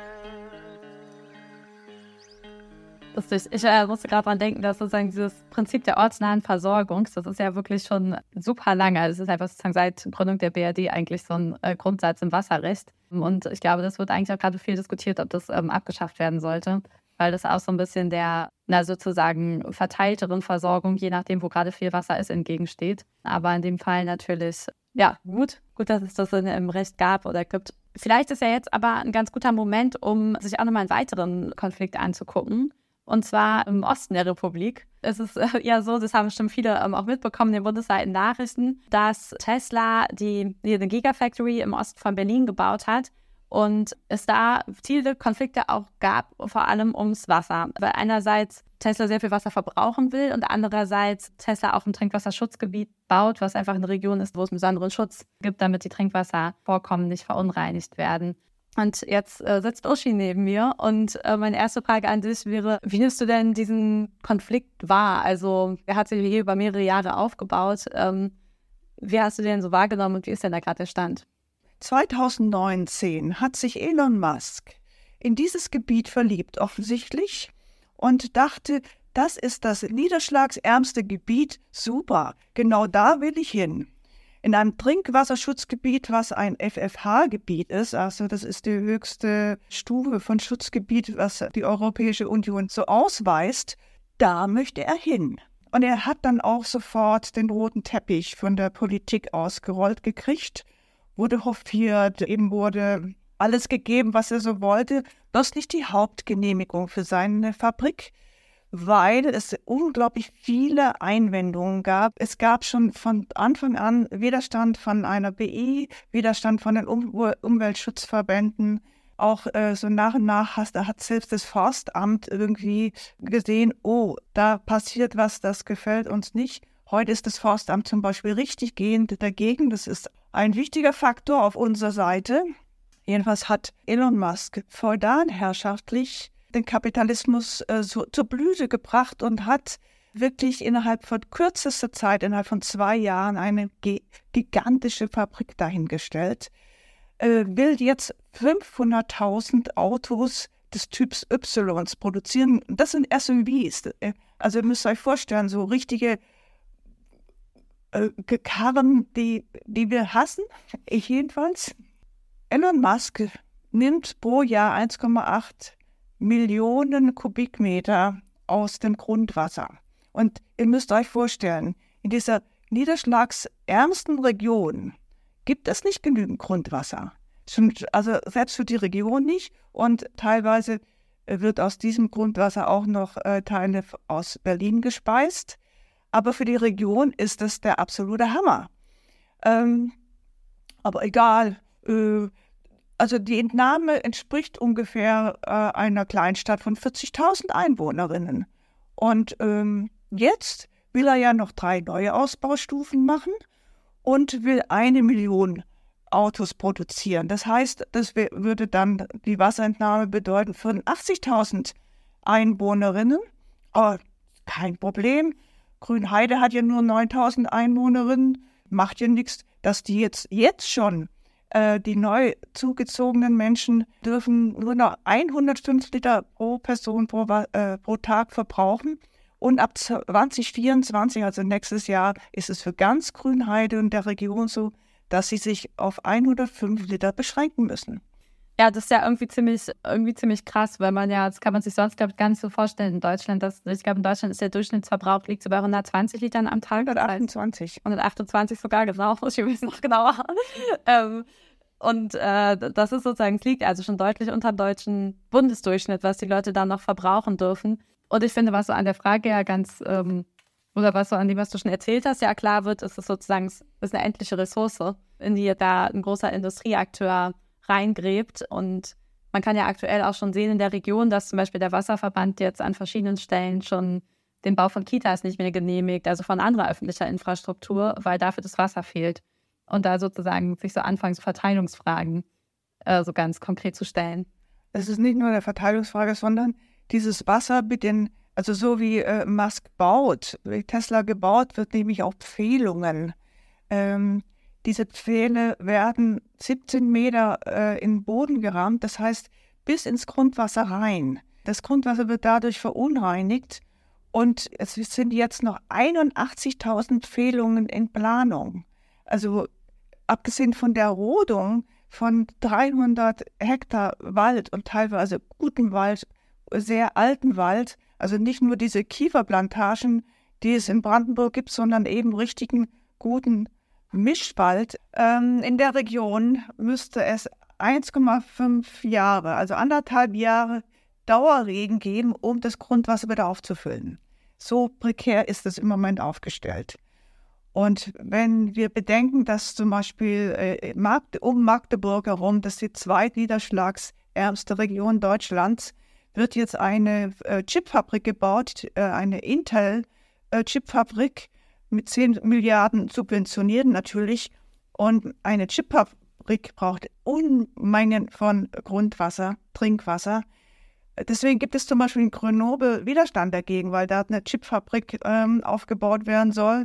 Lustig. Ich äh, musste gerade dran denken, dass sozusagen dieses Prinzip der ortsnahen Versorgung, das ist ja wirklich schon super lange. Also es ist einfach sozusagen seit Gründung der B R D eigentlich so ein äh, Grundsatz im Wasserrecht. Und ich glaube, das wird eigentlich auch gerade viel diskutiert, ob das ähm, abgeschafft werden sollte, weil das auch so ein bisschen der, na sozusagen verteilteren Versorgung, je nachdem, wo gerade viel Wasser ist, entgegensteht. Aber in dem Fall natürlich, ja, gut. Gut, dass es das in, im Recht gab oder gibt. Vielleicht ist ja jetzt aber ein ganz guter Moment, um sich auch nochmal einen weiteren Konflikt anzugucken. Und zwar im Osten der Republik. Es ist äh, ja so, das haben bestimmt viele ähm, auch mitbekommen in den bundesweiten Nachrichten, dass Tesla die, die eine Gigafactory im Osten von Berlin gebaut hat und es da viele Konflikte auch gab, vor allem ums Wasser. Weil einerseits Tesla sehr viel Wasser verbrauchen will und andererseits Tesla auch ein Trinkwasserschutzgebiet baut, was einfach eine Region ist, wo es einen besonderen Schutz gibt, damit die Trinkwasservorkommen nicht verunreinigt werden. Und jetzt äh, sitzt Uschi neben mir und äh, meine erste Frage an dich wäre, wie nimmst du denn diesen Konflikt wahr? Also er hat sich hier über mehrere Jahre aufgebaut. Ähm, wie hast du den so wahrgenommen und wie ist denn da gerade der Stand? zwanzig neunzehn hat sich Elon Musk in dieses Gebiet verliebt, offensichtlich, und dachte, das ist das niederschlagsärmste Gebiet, super, genau da will ich hin. In einem Trinkwasserschutzgebiet, was ein F F H-Gebiet ist, also das ist die höchste Stufe von Schutzgebiet, was die Europäische Union so ausweist, da möchte er hin. Und er hat dann auch sofort den roten Teppich von der Politik ausgerollt gekriegt, wurde hofiert, ihm wurde alles gegeben, was er so wollte, bloß nicht die Hauptgenehmigung für seine Fabrik, weil es unglaublich viele Einwendungen gab. Es gab schon von Anfang an Widerstand von einer B I, Widerstand von den um- Umweltschutzverbänden. Auch äh, so nach und nach hast, da hat selbst das Forstamt irgendwie gesehen, oh, da passiert was, das gefällt uns nicht. Heute ist das Forstamt zum Beispiel richtig gehend dagegen. Das ist ein wichtiger Faktor auf unserer Seite. Jedenfalls hat Elon Musk feudalherrschaftlich den Kapitalismus äh, so, zur Blüte gebracht und hat wirklich innerhalb von kürzester Zeit, innerhalb von zwei Jahren, eine ge- gigantische Fabrik dahingestellt, äh, will jetzt fünfhunderttausend Autos des Typs Y produzieren. Das sind S U Vs. Also ihr müsst euch vorstellen, so richtige äh, Karren, die, die wir hassen, ich jedenfalls. Elon Musk nimmt pro Jahr eins Komma acht Millionen Kubikmeter aus dem Grundwasser. Und ihr müsst euch vorstellen, in dieser niederschlagsärmsten Region gibt es nicht genügend Grundwasser. Also selbst für die Region nicht. Und teilweise wird aus diesem Grundwasser auch noch äh, Teile aus Berlin gespeist. Aber für die Region ist das der absolute Hammer. Ähm, aber egal. Äh, Also die Entnahme entspricht ungefähr äh, einer Kleinstadt von vierzigtausend Einwohnerinnen. Und ähm, jetzt will er ja noch drei neue Ausbaustufen machen und will eine Million Autos produzieren. Das heißt, das w- würde dann die Wasserentnahme bedeuten für achtzigtausend Einwohnerinnen. Aber kein Problem. Grünheide hat ja nur neuntausend Einwohnerinnen. Macht ja nichts, dass die jetzt, jetzt schon die neu zugezogenen Menschen dürfen nur noch hundertfünf Liter pro Person pro, äh, pro Tag verbrauchen. Und ab zwanzig vierundzwanzig, also nächstes Jahr, ist es für ganz Grünheide und der Region so, dass sie sich auf hundertfünf Liter beschränken müssen. Ja, das ist ja irgendwie ziemlich, irgendwie ziemlich krass, weil man ja, das kann man sich sonst, glaube ich, gar nicht so vorstellen in Deutschland. Dass, ich glaube, in Deutschland ist der Durchschnittsverbrauch liegt so bei hundertzwanzig Litern am Tag. hundertachtundzwanzig. hundertachtundzwanzig sogar, genau. Ich weiß noch genauer. ähm, und äh, das ist sozusagen, es liegt also schon deutlich unter dem deutschen Bundesdurchschnitt, was die Leute da noch verbrauchen dürfen. Und ich finde, was so an der Frage ja ganz, ähm, oder was so an dem, was du schon erzählt hast, ja klar wird, ist es sozusagen, es ist eine endliche Ressource, in die da ein großer Industrieakteur reingräbt. Und man kann ja aktuell auch schon sehen in der Region, dass zum Beispiel der Wasserverband jetzt an verschiedenen Stellen schon den Bau von Kitas nicht mehr genehmigt, also von anderer öffentlicher Infrastruktur, weil dafür das Wasser fehlt. Und da sozusagen sich so anfangs Verteilungsfragen äh, so ganz konkret zu stellen. Es ist nicht nur eine Verteilungsfrage, sondern dieses Wasser mit den Also so wie äh, Musk baut, wie Tesla gebaut wird, nämlich auch Pfählungen. Ähm, diese Pfähle werden siebzehn Meter äh, in den Boden gerammt, das heißt bis ins Grundwasser rein. Das Grundwasser wird dadurch verunreinigt und es sind jetzt noch einundachtzigtausend Pfählungen in Planung. Also abgesehen von der Rodung von dreihundert Hektar Wald und teilweise guten Wald, sehr alten Wald, also nicht nur diese Kieferplantagen, die es in Brandenburg gibt, sondern eben richtigen guten Mischwald. Ähm, in der Region müsste es eins Komma fünf Jahre, also anderthalb Jahre Dauerregen geben, um das Grundwasser wieder aufzufüllen. So prekär ist es im Moment aufgestellt. Und wenn wir bedenken, dass zum Beispiel äh, Magde- um Magdeburg herum, das ist die zweitniederschlagsärmste Region Deutschlands, wird jetzt eine äh, Chipfabrik gebaut, äh, eine Intel-Chipfabrik äh, mit zehn Milliarden subventioniert natürlich. Und eine Chipfabrik braucht Unmengen von Grundwasser, Trinkwasser. Deswegen gibt es zum Beispiel in Grenoble Widerstand dagegen, weil da eine Chipfabrik ähm, aufgebaut werden soll.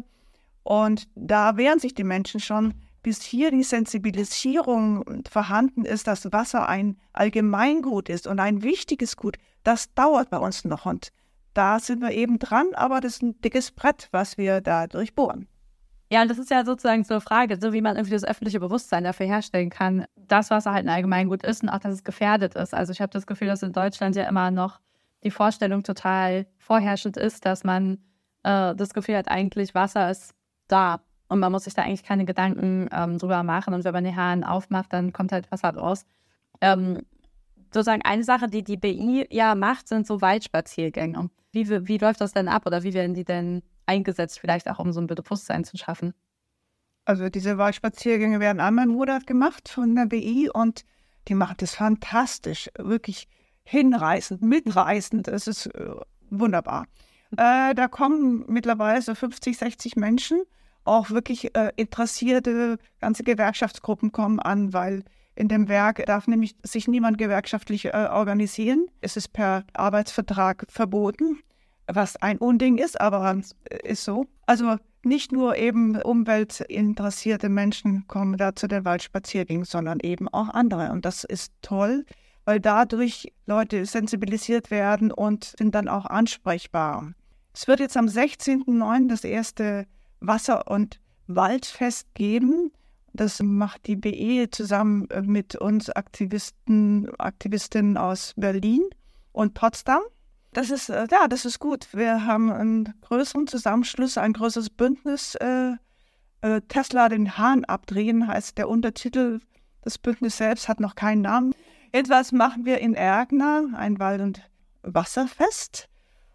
Und da wehren sich die Menschen schon, bis hier die Sensibilisierung vorhanden ist, dass Wasser ein Allgemeingut ist und ein wichtiges Gut. Das dauert bei uns noch und da sind wir eben dran, aber das ist ein dickes Brett, was wir da durchbohren. Ja, und das ist ja sozusagen so eine Frage, so wie man irgendwie das öffentliche Bewusstsein dafür herstellen kann, dass Wasser halt ein Allgemeingut ist und auch, dass es gefährdet ist. Also ich habe das Gefühl, dass in Deutschland ja immer noch die Vorstellung total vorherrschend ist, dass man äh, das Gefühl hat, eigentlich Wasser ist da und man muss sich da eigentlich keine Gedanken ähm, drüber machen und wenn man die Hahn aufmacht, dann kommt halt Wasser raus. Ähm, sozusagen eine Sache, die die B I ja macht, sind so Waldspaziergänge. Wie, wie läuft das denn ab oder wie werden die denn eingesetzt, vielleicht auch um so ein Bewusstsein zu schaffen? Also diese Waldspaziergänge werden einmal im Monat gemacht von der B I und die machen das fantastisch, wirklich hinreißend, mitreißend, es ist äh, wunderbar. Äh, da kommen mittlerweile so fünfzig, sechzig Menschen, auch wirklich äh, interessierte, ganze Gewerkschaftsgruppen kommen an, weil in dem Werk darf nämlich sich niemand gewerkschaftlich äh, organisieren. Es ist per Arbeitsvertrag verboten, was ein Unding ist, aber ist so. Also nicht nur eben umweltinteressierte Menschen kommen da zu den Waldspaziergängen, sondern eben auch andere. Und das ist toll, weil dadurch Leute sensibilisiert werden und sind dann auch ansprechbar. Es wird jetzt am sechzehnten neunten das erste Wasser- und Waldfest geben. Das macht die B E zusammen mit uns Aktivisten, Aktivistinnen aus Berlin und Potsdam. Das ist, ja, das ist gut. Wir haben einen größeren Zusammenschluss, ein größeres Bündnis. Äh, äh, Tesla den Hahn abdrehen heißt der Untertitel. Das Bündnis selbst hat noch keinen Namen. Jedenfalls machen wir in Ergner ein Wald- und Wasserfest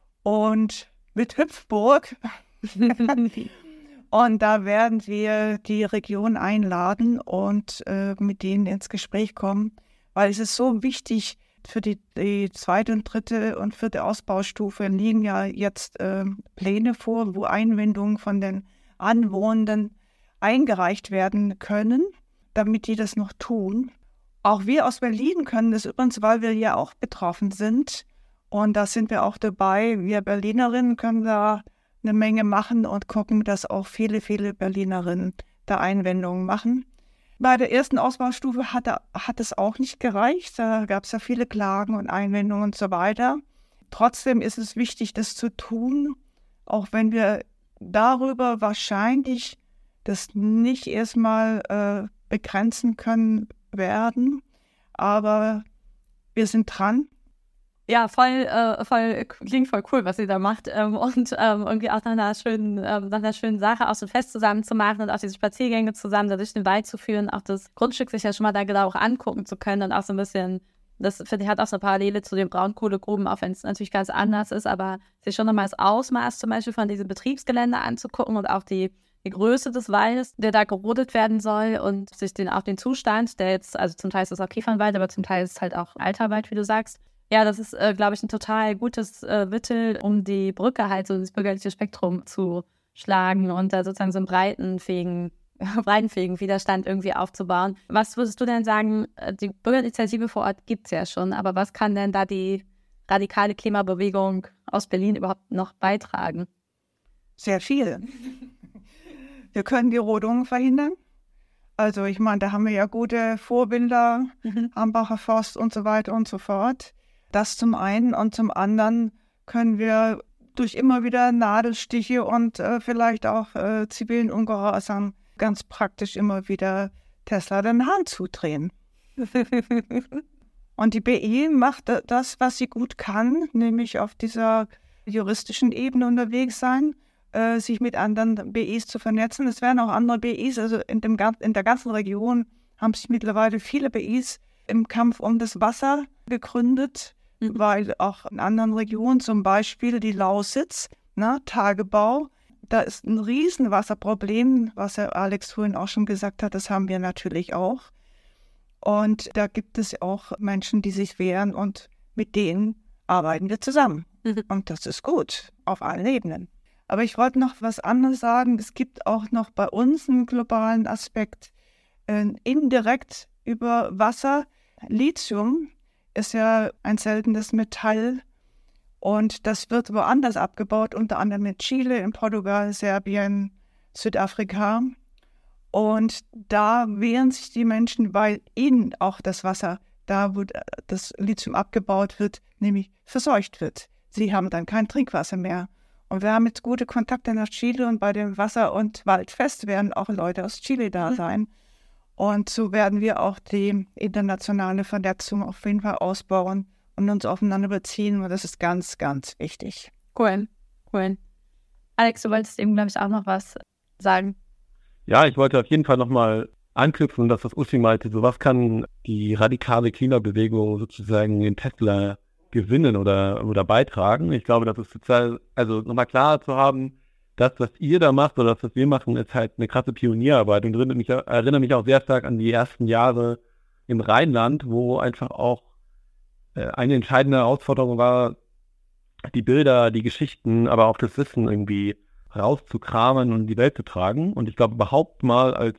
und mit Hüpfburg. Und da werden wir die Region einladen und äh, mit denen ins Gespräch kommen, weil es ist so wichtig, für die, die zweite und dritte und vierte Ausbaustufe liegen ja jetzt äh, Pläne vor, wo Einwendungen von den Anwohnenden eingereicht werden können, damit die das noch tun. Auch wir aus Berlin können das übrigens, weil wir ja auch betroffen sind. Und da sind wir auch dabei. Wir Berlinerinnen können da eine Menge machen und gucken, dass auch viele, viele Berlinerinnen da Einwendungen machen. Bei der ersten Ausbaustufe hat, er, hat es auch nicht gereicht. Da gab es ja viele Klagen und Einwendungen und so weiter. Trotzdem ist es wichtig, das zu tun, auch wenn wir darüber wahrscheinlich das nicht erstmal äh, begrenzen können werden. Aber wir sind dran. Ja, voll, äh, voll, klingt voll cool, was sie da macht. Ähm, und ähm, irgendwie auch nach einer schönen, ähm, nach einer schönen Sache, auch so ein Fest zusammen zu machen und auch diese Spaziergänge zusammen da durch den Wald zu führen, auch das Grundstück sich ja schon mal da genau auch angucken zu können und auch so ein bisschen, das finde ich hat auch so eine Parallele zu den Braunkohlegruben, auch wenn es natürlich ganz anders ist, aber sich schon nochmal das Ausmaß zum Beispiel von diesem Betriebsgelände anzugucken und auch die, die Größe des Waldes, der da gerodet werden soll und sich den, auch den Zustand, der jetzt, also zum Teil ist es auch Kiefernwald, aber zum Teil ist es halt auch alter Wald, wie du sagst. Ja, das ist, äh, glaube ich, ein total gutes äh, Mittel, um die Brücke halt, so das bürgerliche Spektrum zu schlagen und da sozusagen so einen breitenfähigen, breitenfähigen Widerstand irgendwie aufzubauen. Was würdest du denn sagen, die Bürgerinitiative vor Ort gibt es ja schon, aber was kann denn da die radikale Klimabewegung aus Berlin überhaupt noch beitragen? Sehr viel. Wir können die Rodung verhindern. Also ich meine, da haben wir ja gute Vorbilder, mhm. Hambacher Forst und so weiter und so fort. Das zum einen, und zum anderen können wir durch immer wieder Nadelstiche und äh, vielleicht auch äh, zivilen Ungehorsam ganz praktisch immer wieder Tesla den Hahn zudrehen. Und die B I macht das, was sie gut kann, nämlich auf dieser juristischen Ebene unterwegs sein, äh, sich mit anderen B Is zu vernetzen. Es werden auch andere B Is, also in, dem, in der ganzen Region haben sich mittlerweile viele B Is im Kampf um das Wasser gegründet, mhm. weil auch in anderen Regionen, zum Beispiel die Lausitz, na, Tagebau, da ist ein Riesenwasserproblem, was ja Alex vorhin auch schon gesagt hat, das haben wir natürlich auch. Und da gibt es auch Menschen, die sich wehren, und mit denen arbeiten wir zusammen. Mhm. Und das ist gut, auf allen Ebenen. Aber ich wollte noch was anderes sagen. Es gibt auch noch bei uns einen globalen Aspekt, äh, indirekt über Wasser. Lithium ist ja ein seltenes Metall und das wird woanders abgebaut, unter anderem in Chile, in Portugal, Serbien, Südafrika. Und da wehren sich die Menschen, weil ihnen auch das Wasser, da wo das Lithium abgebaut wird, nämlich verseucht wird. Sie haben dann kein Trinkwasser mehr. Und wir haben jetzt gute Kontakte nach Chile, und bei dem Wasser- und Waldfest werden auch Leute aus Chile da sein. Und so werden wir auch die internationale Vernetzung auf jeden Fall ausbauen und uns aufeinander beziehen. Und das ist ganz, ganz wichtig. Cool, cool. Alex, du wolltest eben, glaube ich, auch noch was sagen. Ja, ich wollte auf jeden Fall nochmal anknüpfen, dass das Uschi meinte, so was kann die radikale Klimabewegung sozusagen in Tesla gewinnen oder, oder beitragen. Ich glaube, das ist total, also nochmal klar zu haben, das, was ihr da macht oder das, was wir machen, ist halt eine krasse Pionierarbeit, und erinnere mich, erinnere mich auch sehr stark an die ersten Jahre im Rheinland, wo einfach auch äh, eine entscheidende Herausforderung war, die Bilder, die Geschichten, aber auch das Wissen irgendwie rauszukramen und in die Welt zu tragen. Und ich glaube, überhaupt mal als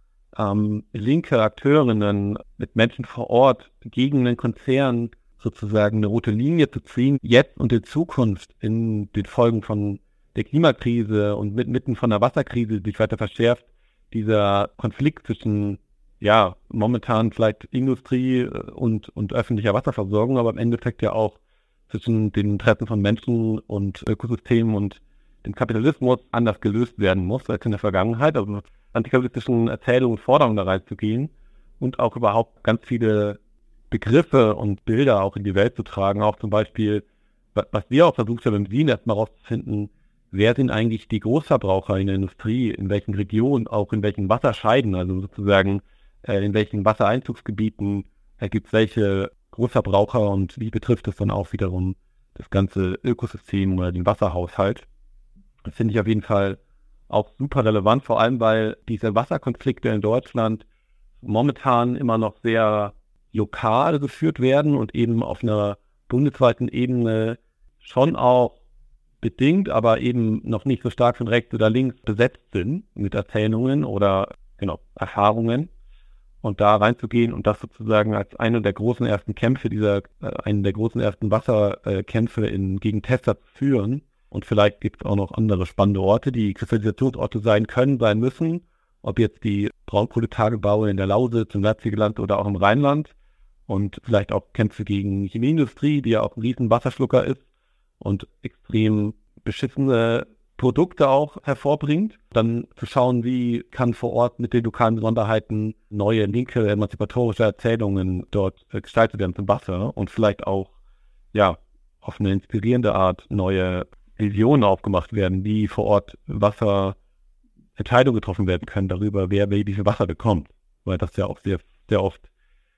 ähm, linke Akteurinnen mit Menschen vor Ort gegen einen Konzern sozusagen eine rote Linie zu ziehen, jetzt und in Zukunft in den Folgen von der Klimakrise und mit, mitten von der Wasserkrise, die sich weiter verschärft, dieser Konflikt zwischen, ja, momentan vielleicht Industrie und, und öffentlicher Wasserversorgung, aber im Endeffekt ja auch zwischen den Interessen von Menschen und Ökosystemen und dem Kapitalismus anders gelöst werden muss als in der Vergangenheit, also antikapitalistischen Erzählungen und Forderungen da reinzugehen und auch überhaupt ganz viele Begriffe und Bilder auch in die Welt zu tragen, auch zum Beispiel, was wir auch versucht haben, im Wien erstmal rauszufinden, wer sind eigentlich die Großverbraucher in der Industrie, in welchen Regionen, auch in welchen Wasserscheiden, also sozusagen äh, in welchen Wassereinzugsgebieten äh, gibt es welche Großverbraucher, und wie betrifft es dann auch wiederum das ganze Ökosystem oder den Wasserhaushalt. Das finde ich auf jeden Fall auch super relevant, vor allem weil diese Wasserkonflikte in Deutschland momentan immer noch sehr lokal geführt werden und eben auf einer bundesweiten Ebene schon auch bedingt, aber eben noch nicht so stark von rechts oder links besetzt sind mit Erzählungen oder genau Erfahrungen. Und da reinzugehen und das sozusagen als eine der großen ersten Kämpfe, dieser äh, einen der großen ersten Wasserkämpfe in, gegen Tesla zu führen. Und vielleicht gibt es auch noch andere spannende Orte, die Kristallisationsorte sein können, sein müssen. Ob jetzt die Braunkohletagebaue in der Lausitz, im Leipzigerland oder auch im Rheinland. Und vielleicht auch Kämpfe gegen Chemieindustrie, die ja auch ein riesen Wasserschlucker ist und extrem beschissene Produkte auch hervorbringt. Dann zu schauen, wie kann vor Ort mit den lokalen Besonderheiten neue linke emanzipatorische Erzählungen dort äh, gestaltet werden zum Wasser und vielleicht auch ja auf eine inspirierende Art neue Visionen aufgemacht werden, wie vor Ort Wasser Entscheidungen getroffen werden können darüber, wer wie viel Wasser bekommt. Weil das ja auch sehr, sehr oft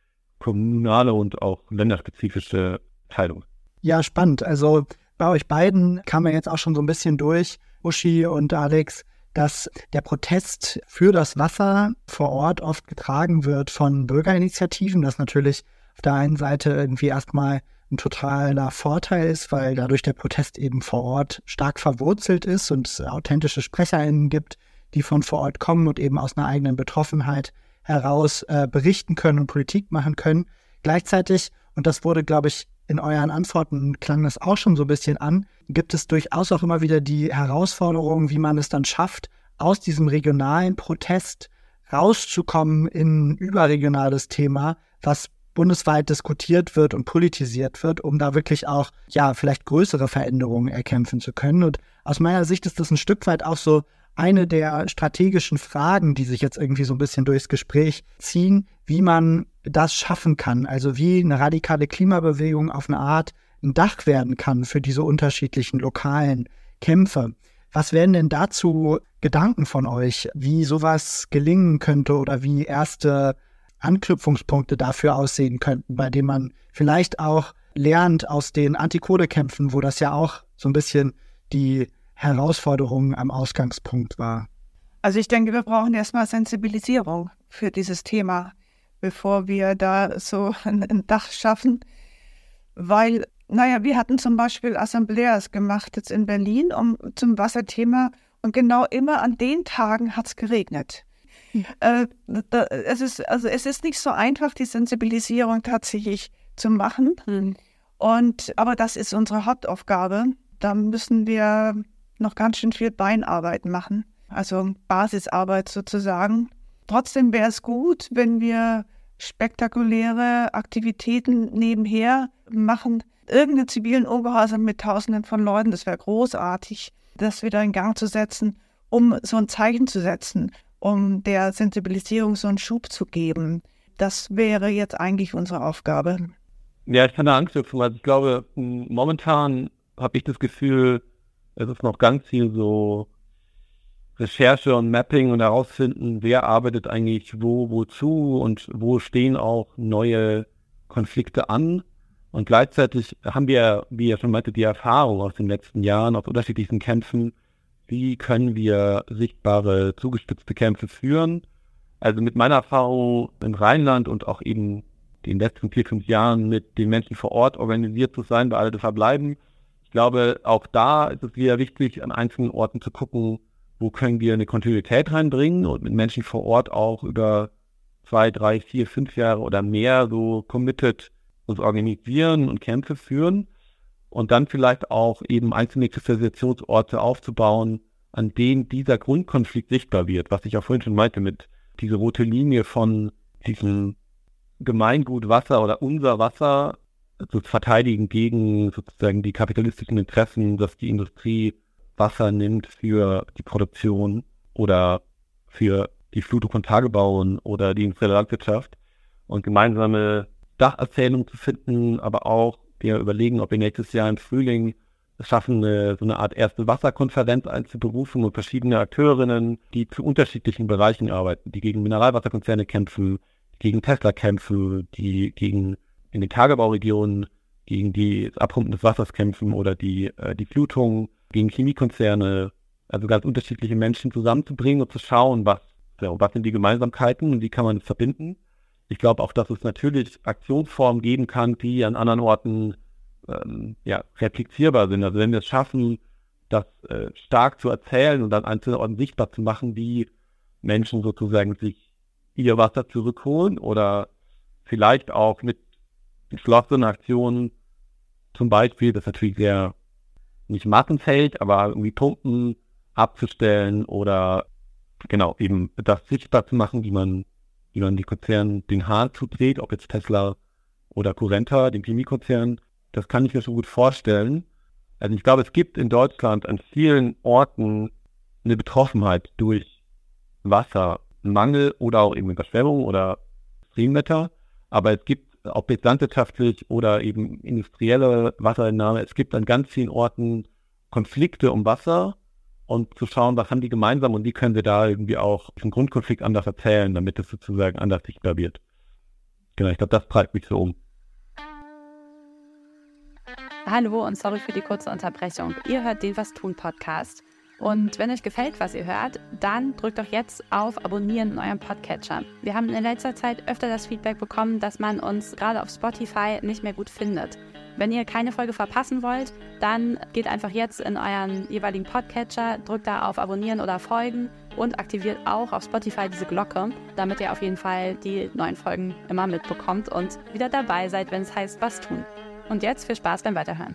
kommunale und auch länderspezifische Entscheidungen. Ja, spannend. Also bei euch beiden kam ja jetzt auch schon so ein bisschen durch, Uschi und Alex, dass der Protest für das Wasser vor Ort oft getragen wird von Bürgerinitiativen, das natürlich auf der einen Seite irgendwie erstmal ein totaler Vorteil ist, weil dadurch der Protest eben vor Ort stark verwurzelt ist und es authentische SprecherInnen gibt, die von vor Ort kommen und eben aus einer eigenen Betroffenheit heraus äh, berichten können und Politik machen können. Gleichzeitig, und das wurde, glaube ich, in euren Antworten klang das auch schon so ein bisschen an, gibt es durchaus auch immer wieder die Herausforderung, wie man es dann schafft, aus diesem regionalen Protest rauszukommen in ein überregionales Thema, was bundesweit diskutiert wird und politisiert wird, um da wirklich auch, ja, vielleicht größere Veränderungen erkämpfen zu können. Und aus meiner Sicht ist das ein Stück weit auch so eine der strategischen Fragen, die sich jetzt irgendwie so ein bisschen durchs Gespräch ziehen, wie man das schaffen kann. Also wie eine radikale Klimabewegung auf eine Art ein Dach werden kann für diese unterschiedlichen lokalen Kämpfe. Was wären denn dazu Gedanken von euch, wie sowas gelingen könnte oder wie erste Anknüpfungspunkte dafür aussehen könnten, bei denen man vielleicht auch lernt aus den Antikodekämpfen, wo das ja auch so ein bisschen die Herausforderung am Ausgangspunkt war? Also ich denke, wir brauchen erstmal Sensibilisierung für dieses Thema, bevor wir da so ein, ein Dach schaffen. Weil, naja, wir hatten zum Beispiel Assembleas gemacht jetzt in Berlin um, zum Wasserthema und genau immer an den Tagen hat es geregnet. Hm. Äh, da, es ist, also es ist nicht so einfach, die Sensibilisierung tatsächlich zu machen. Hm. Und, aber das ist unsere Hauptaufgabe. Da müssen wir noch ganz schön viel Beinarbeit machen, also Basisarbeit sozusagen. Trotzdem wäre es gut, wenn wir spektakuläre Aktivitäten nebenher machen. Irgendeinen zivilen Ungehorsam mit Tausenden von Leuten, das wäre großartig, das wieder in Gang zu setzen, um so ein Zeichen zu setzen, um der Sensibilisierung so einen Schub zu geben. Das wäre jetzt eigentlich unsere Aufgabe. Ja, ich kann da anknüpfen, weil ich glaube, momentan habe ich das Gefühl, es ist noch ganz viel so Recherche und Mapping und herausfinden, wer arbeitet eigentlich wo, wozu und wo stehen auch neue Konflikte an. Und gleichzeitig haben wir, wie ihr schon meinte, die Erfahrung aus den letzten Jahren, aus unterschiedlichen Kämpfen, wie können wir sichtbare, zugespitzte Kämpfe führen. Also mit meiner Erfahrung im Rheinland und auch eben den letzten vier, fünf Jahren mit den Menschen vor Ort organisiert zu sein, bei alle das verbleiben. Ich glaube, auch da ist es wieder wichtig, an einzelnen Orten zu gucken, wo können wir eine Kontinuität reinbringen und mit Menschen vor Ort auch über zwei, drei, vier, fünf Jahre oder mehr so committed uns organisieren und Kämpfe führen und dann vielleicht auch eben einzelne Kristallisationsorte aufzubauen, an denen dieser Grundkonflikt sichtbar wird, was ich auch vorhin schon meinte, mit dieser rote Linie von diesem Gemeingut Wasser oder unser Wasser zu verteidigen gegen sozusagen die kapitalistischen Interessen, dass die Industrie Wasser nimmt für die Produktion oder für die Flutung von Tagebauen oder die industrielle Landwirtschaft und gemeinsame Dacherzählungen zu finden, aber auch wir überlegen, ob wir nächstes Jahr im Frühling es schaffen, eine, so eine Art erste Wasserkonferenz einzuberufen und verschiedene Akteurinnen, die zu unterschiedlichen Bereichen arbeiten, die gegen Mineralwasserkonzerne kämpfen, gegen Tesla kämpfen, die gegen in den Tagebauregionen gegen die das Abpumpen des Wassers kämpfen oder die, äh, die Flutung, gegen Chemiekonzerne, also ganz unterschiedliche Menschen zusammenzubringen und zu schauen, was, ja, was sind die Gemeinsamkeiten und wie kann man das verbinden. Ich glaube auch, dass es natürlich Aktionsformen geben kann, die an anderen Orten ähm, ja, replizierbar sind. Also wenn wir es schaffen, das äh, stark zu erzählen und an einzelnen Orten sichtbar zu machen, wie Menschen sozusagen sich ihr Wasser zurückholen oder vielleicht auch mit geschlossenen Aktionen, zum Beispiel, das natürlich sehr nicht Massenfeld, aber irgendwie Pumpen abzustellen oder genau eben das sichtbar zu machen, wie man, wie man die Konzernen den Hahn zudreht, ob jetzt Tesla oder Currenta, dem Chemiekonzern, das kann ich mir schon gut vorstellen. Also ich glaube, es gibt in Deutschland an vielen Orten eine Betroffenheit durch Wassermangel oder auch eben Überschwemmung oder Extremwetter, aber es gibt, ob jetzt landwirtschaftlich oder eben industrielle Wasserentnahme, es gibt an ganz vielen Orten Konflikte um Wasser und zu schauen, was haben die gemeinsam und wie können wir da irgendwie auch diesen Grundkonflikt anders erzählen, damit es sozusagen anders sichtbar wird. Genau, ich glaube, das treibt mich so um. Hallo und sorry für die kurze Unterbrechung. Ihr hört den Was tun Podcast. Und wenn euch gefällt, was ihr hört, dann drückt doch jetzt auf Abonnieren in eurem Podcatcher. Wir haben in letzter Zeit öfter das Feedback bekommen, dass man uns gerade auf Spotify nicht mehr gut findet. Wenn ihr keine Folge verpassen wollt, dann geht einfach jetzt in euren jeweiligen Podcatcher, drückt da auf Abonnieren oder Folgen und aktiviert auch auf Spotify diese Glocke, damit ihr auf jeden Fall die neuen Folgen immer mitbekommt und wieder dabei seid, wenn es heißt, was tun. Und jetzt viel Spaß beim Weiterhören.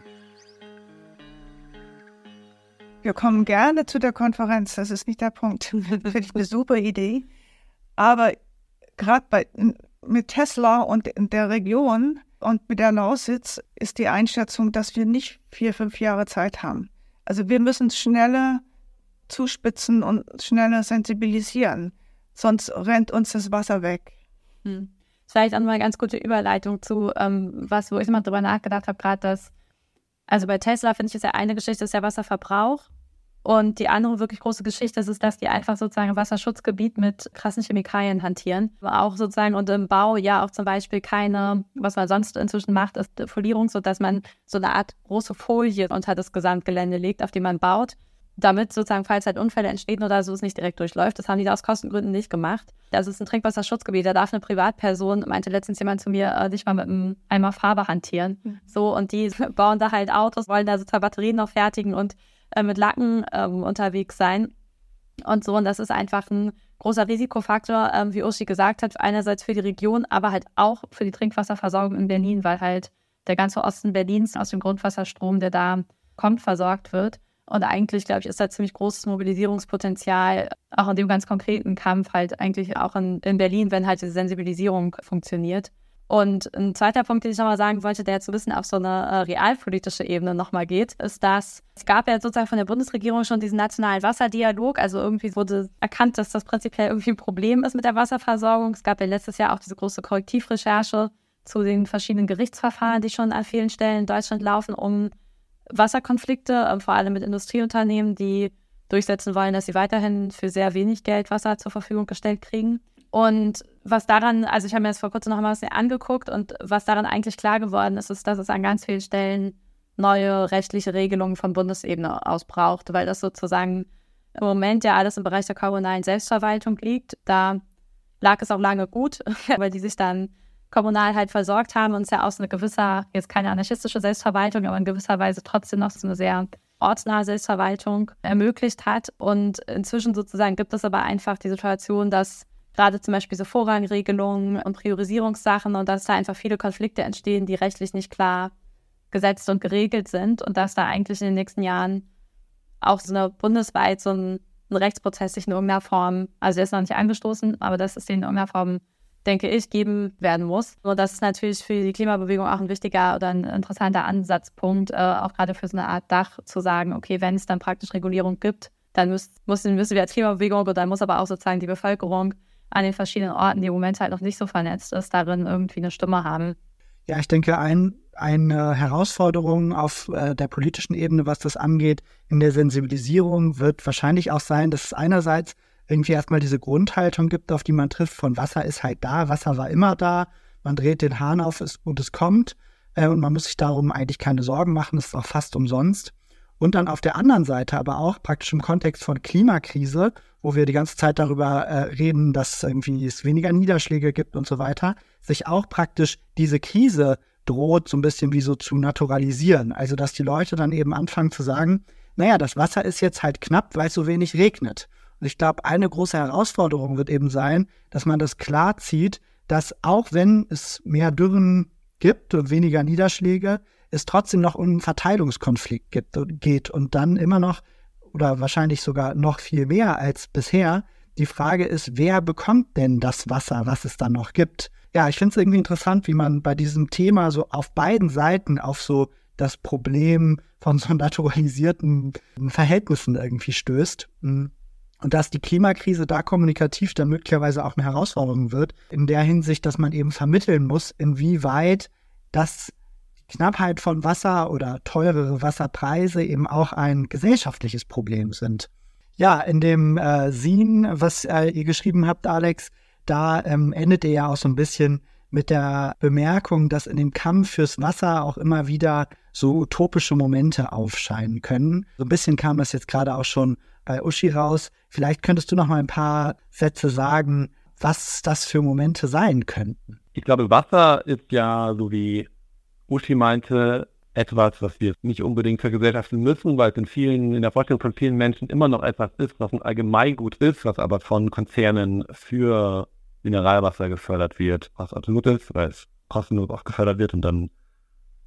Wir kommen gerne zu der Konferenz, das ist nicht der Punkt. Finde ich eine super Idee. Aber gerade bei mit Tesla und in der Region und mit der Lausitz ist die Einschätzung, dass wir nicht vier, fünf Jahre Zeit haben. Also wir müssen schneller zuspitzen und schneller sensibilisieren, sonst rennt uns das Wasser weg. Hm. Vielleicht auch mal eine ganz gute Überleitung zu, ähm, was, wo ich mal drüber nachgedacht habe, gerade das, also bei Tesla finde ich, ist ja eine Geschichte, ist der Wasserverbrauch. Und die andere wirklich große Geschichte ist, ist, dass die einfach sozusagen im Wasserschutzgebiet mit krassen Chemikalien hantieren. Auch sozusagen und im Bau ja auch zum Beispiel keine, was man sonst inzwischen macht, ist Folierung, sodass man so eine Art große Folie unter das Gesamtgelände legt, auf dem man baut, damit sozusagen, falls halt Unfälle entstehen oder so, es nicht direkt durchläuft. Das haben die da aus Kostengründen nicht gemacht. Das ist ein Trinkwasserschutzgebiet, da darf eine Privatperson, meinte letztens jemand zu mir, äh, nicht mal mit einem Eimer Farbe hantieren. Mhm. So, und die bauen da halt Autos, wollen da sozusagen Batterien noch fertigen und mit Lacken ähm, unterwegs sein und so. Und das ist einfach ein großer Risikofaktor, ähm, wie Uschi gesagt hat, einerseits für die Region, aber halt auch für die Trinkwasserversorgung in Berlin, weil halt der ganze Osten Berlins aus dem Grundwasserstrom, der da kommt, versorgt wird. Und eigentlich, glaube ich, ist da ziemlich großes Mobilisierungspotenzial, auch in dem ganz konkreten Kampf halt eigentlich auch in, in Berlin, wenn halt diese Sensibilisierung funktioniert. Und ein zweiter Punkt, den ich nochmal sagen wollte, der jetzt ein bisschen auf so eine äh, realpolitische Ebene nochmal geht, ist, dass es gab ja sozusagen von der Bundesregierung schon diesen nationalen Wasserdialog. Also irgendwie wurde erkannt, dass das prinzipiell irgendwie ein Problem ist mit der Wasserversorgung. Es gab ja letztes Jahr auch diese große Korrektivrecherche zu den verschiedenen Gerichtsverfahren, die schon an vielen Stellen in Deutschland laufen, um Wasserkonflikte, äh, vor allem mit Industrieunternehmen, die durchsetzen wollen, dass sie weiterhin für sehr wenig Geld Wasser zur Verfügung gestellt kriegen. Und was daran, also ich habe mir das vor kurzem noch mal was angeguckt und was daran eigentlich klar geworden ist, ist, dass es an ganz vielen Stellen neue rechtliche Regelungen von Bundesebene aus braucht, weil das sozusagen im Moment ja alles im Bereich der kommunalen Selbstverwaltung liegt. Da lag es auch lange gut, weil die sich dann kommunal halt versorgt haben und es ja aus einer gewisser, jetzt keine anarchistische Selbstverwaltung, aber in gewisser Weise trotzdem noch so eine sehr ortsnahe Selbstverwaltung ermöglicht hat. Und inzwischen sozusagen gibt es aber einfach die Situation, dass gerade zum Beispiel so Vorrangregelungen und Priorisierungssachen und dass da einfach viele Konflikte entstehen, die rechtlich nicht klar gesetzt und geregelt sind und dass da eigentlich in den nächsten Jahren auch so eine bundesweit so ein, ein Rechtsprozess sich in irgendeiner Form, also der ist noch nicht angestoßen, aber dass es den in irgendeiner Form, denke ich, geben werden muss. Und das ist natürlich für die Klimabewegung auch ein wichtiger oder ein interessanter Ansatzpunkt, äh, auch gerade für so eine Art Dach zu sagen, okay, wenn es dann praktisch Regulierung gibt, dann müssen, müssen wir als Klimabewegung oder dann muss aber auch sozusagen die Bevölkerung an den verschiedenen Orten, die im Moment halt noch nicht so vernetzt ist, darin irgendwie eine Stimme haben. Ja, ich denke, ein, eine Herausforderung auf äh, der politischen Ebene, was das angeht, in der Sensibilisierung, wird wahrscheinlich auch sein, dass es einerseits irgendwie erstmal diese Grundhaltung gibt, auf die man trifft, von Wasser ist halt da, Wasser war immer da, man dreht den Hahn auf und es kommt äh, und man muss sich darum eigentlich keine Sorgen machen, es ist auch fast umsonst. Und dann auf der anderen Seite aber auch praktisch im Kontext von Klimakrise, wo wir die ganze Zeit darüber äh, reden, dass irgendwie es weniger Niederschläge gibt und so weiter, sich auch praktisch diese Krise droht, so ein bisschen wie so zu naturalisieren. Also dass die Leute dann eben anfangen zu sagen, naja, das Wasser ist jetzt halt knapp, weil es so wenig regnet. Und ich glaube, eine große Herausforderung wird eben sein, dass man das klar zieht, dass auch wenn es mehr Dürren gibt und weniger Niederschläge, es trotzdem noch um einen Verteilungskonflikt gibt, geht und dann immer noch oder wahrscheinlich sogar noch viel mehr als bisher die Frage ist, wer bekommt denn das Wasser, was es dann noch gibt? Ja, ich finde es irgendwie interessant, wie man bei diesem Thema so auf beiden Seiten auf so das Problem von so naturalisierten Verhältnissen irgendwie stößt. Und dass die Klimakrise da kommunikativ dann möglicherweise auch eine Herausforderung wird, in der Hinsicht, dass man eben vermitteln muss, inwieweit das Knappheit von Wasser oder teurere Wasserpreise eben auch ein gesellschaftliches Problem sind. Ja, in dem äh, Sin, was äh, ihr geschrieben habt, Alex, da ähm, endet ihr ja auch so ein bisschen mit der Bemerkung, dass in dem Kampf fürs Wasser auch immer wieder so utopische Momente aufscheinen können. So ein bisschen kam das jetzt gerade auch schon bei Uschi raus. Vielleicht könntest du noch mal ein paar Sätze sagen, was das für Momente sein könnten. Ich glaube, Wasser ist ja, so wie Uschi meinte, etwas, was wir nicht unbedingt vergesellschaften müssen, weil es in vielen, in der Vorstellung von vielen Menschen immer noch etwas ist, was ein Allgemeingut ist, was aber von Konzernen für Mineralwasser gefördert wird, was absolut ist, weil es kostenlos auch gefördert wird und dann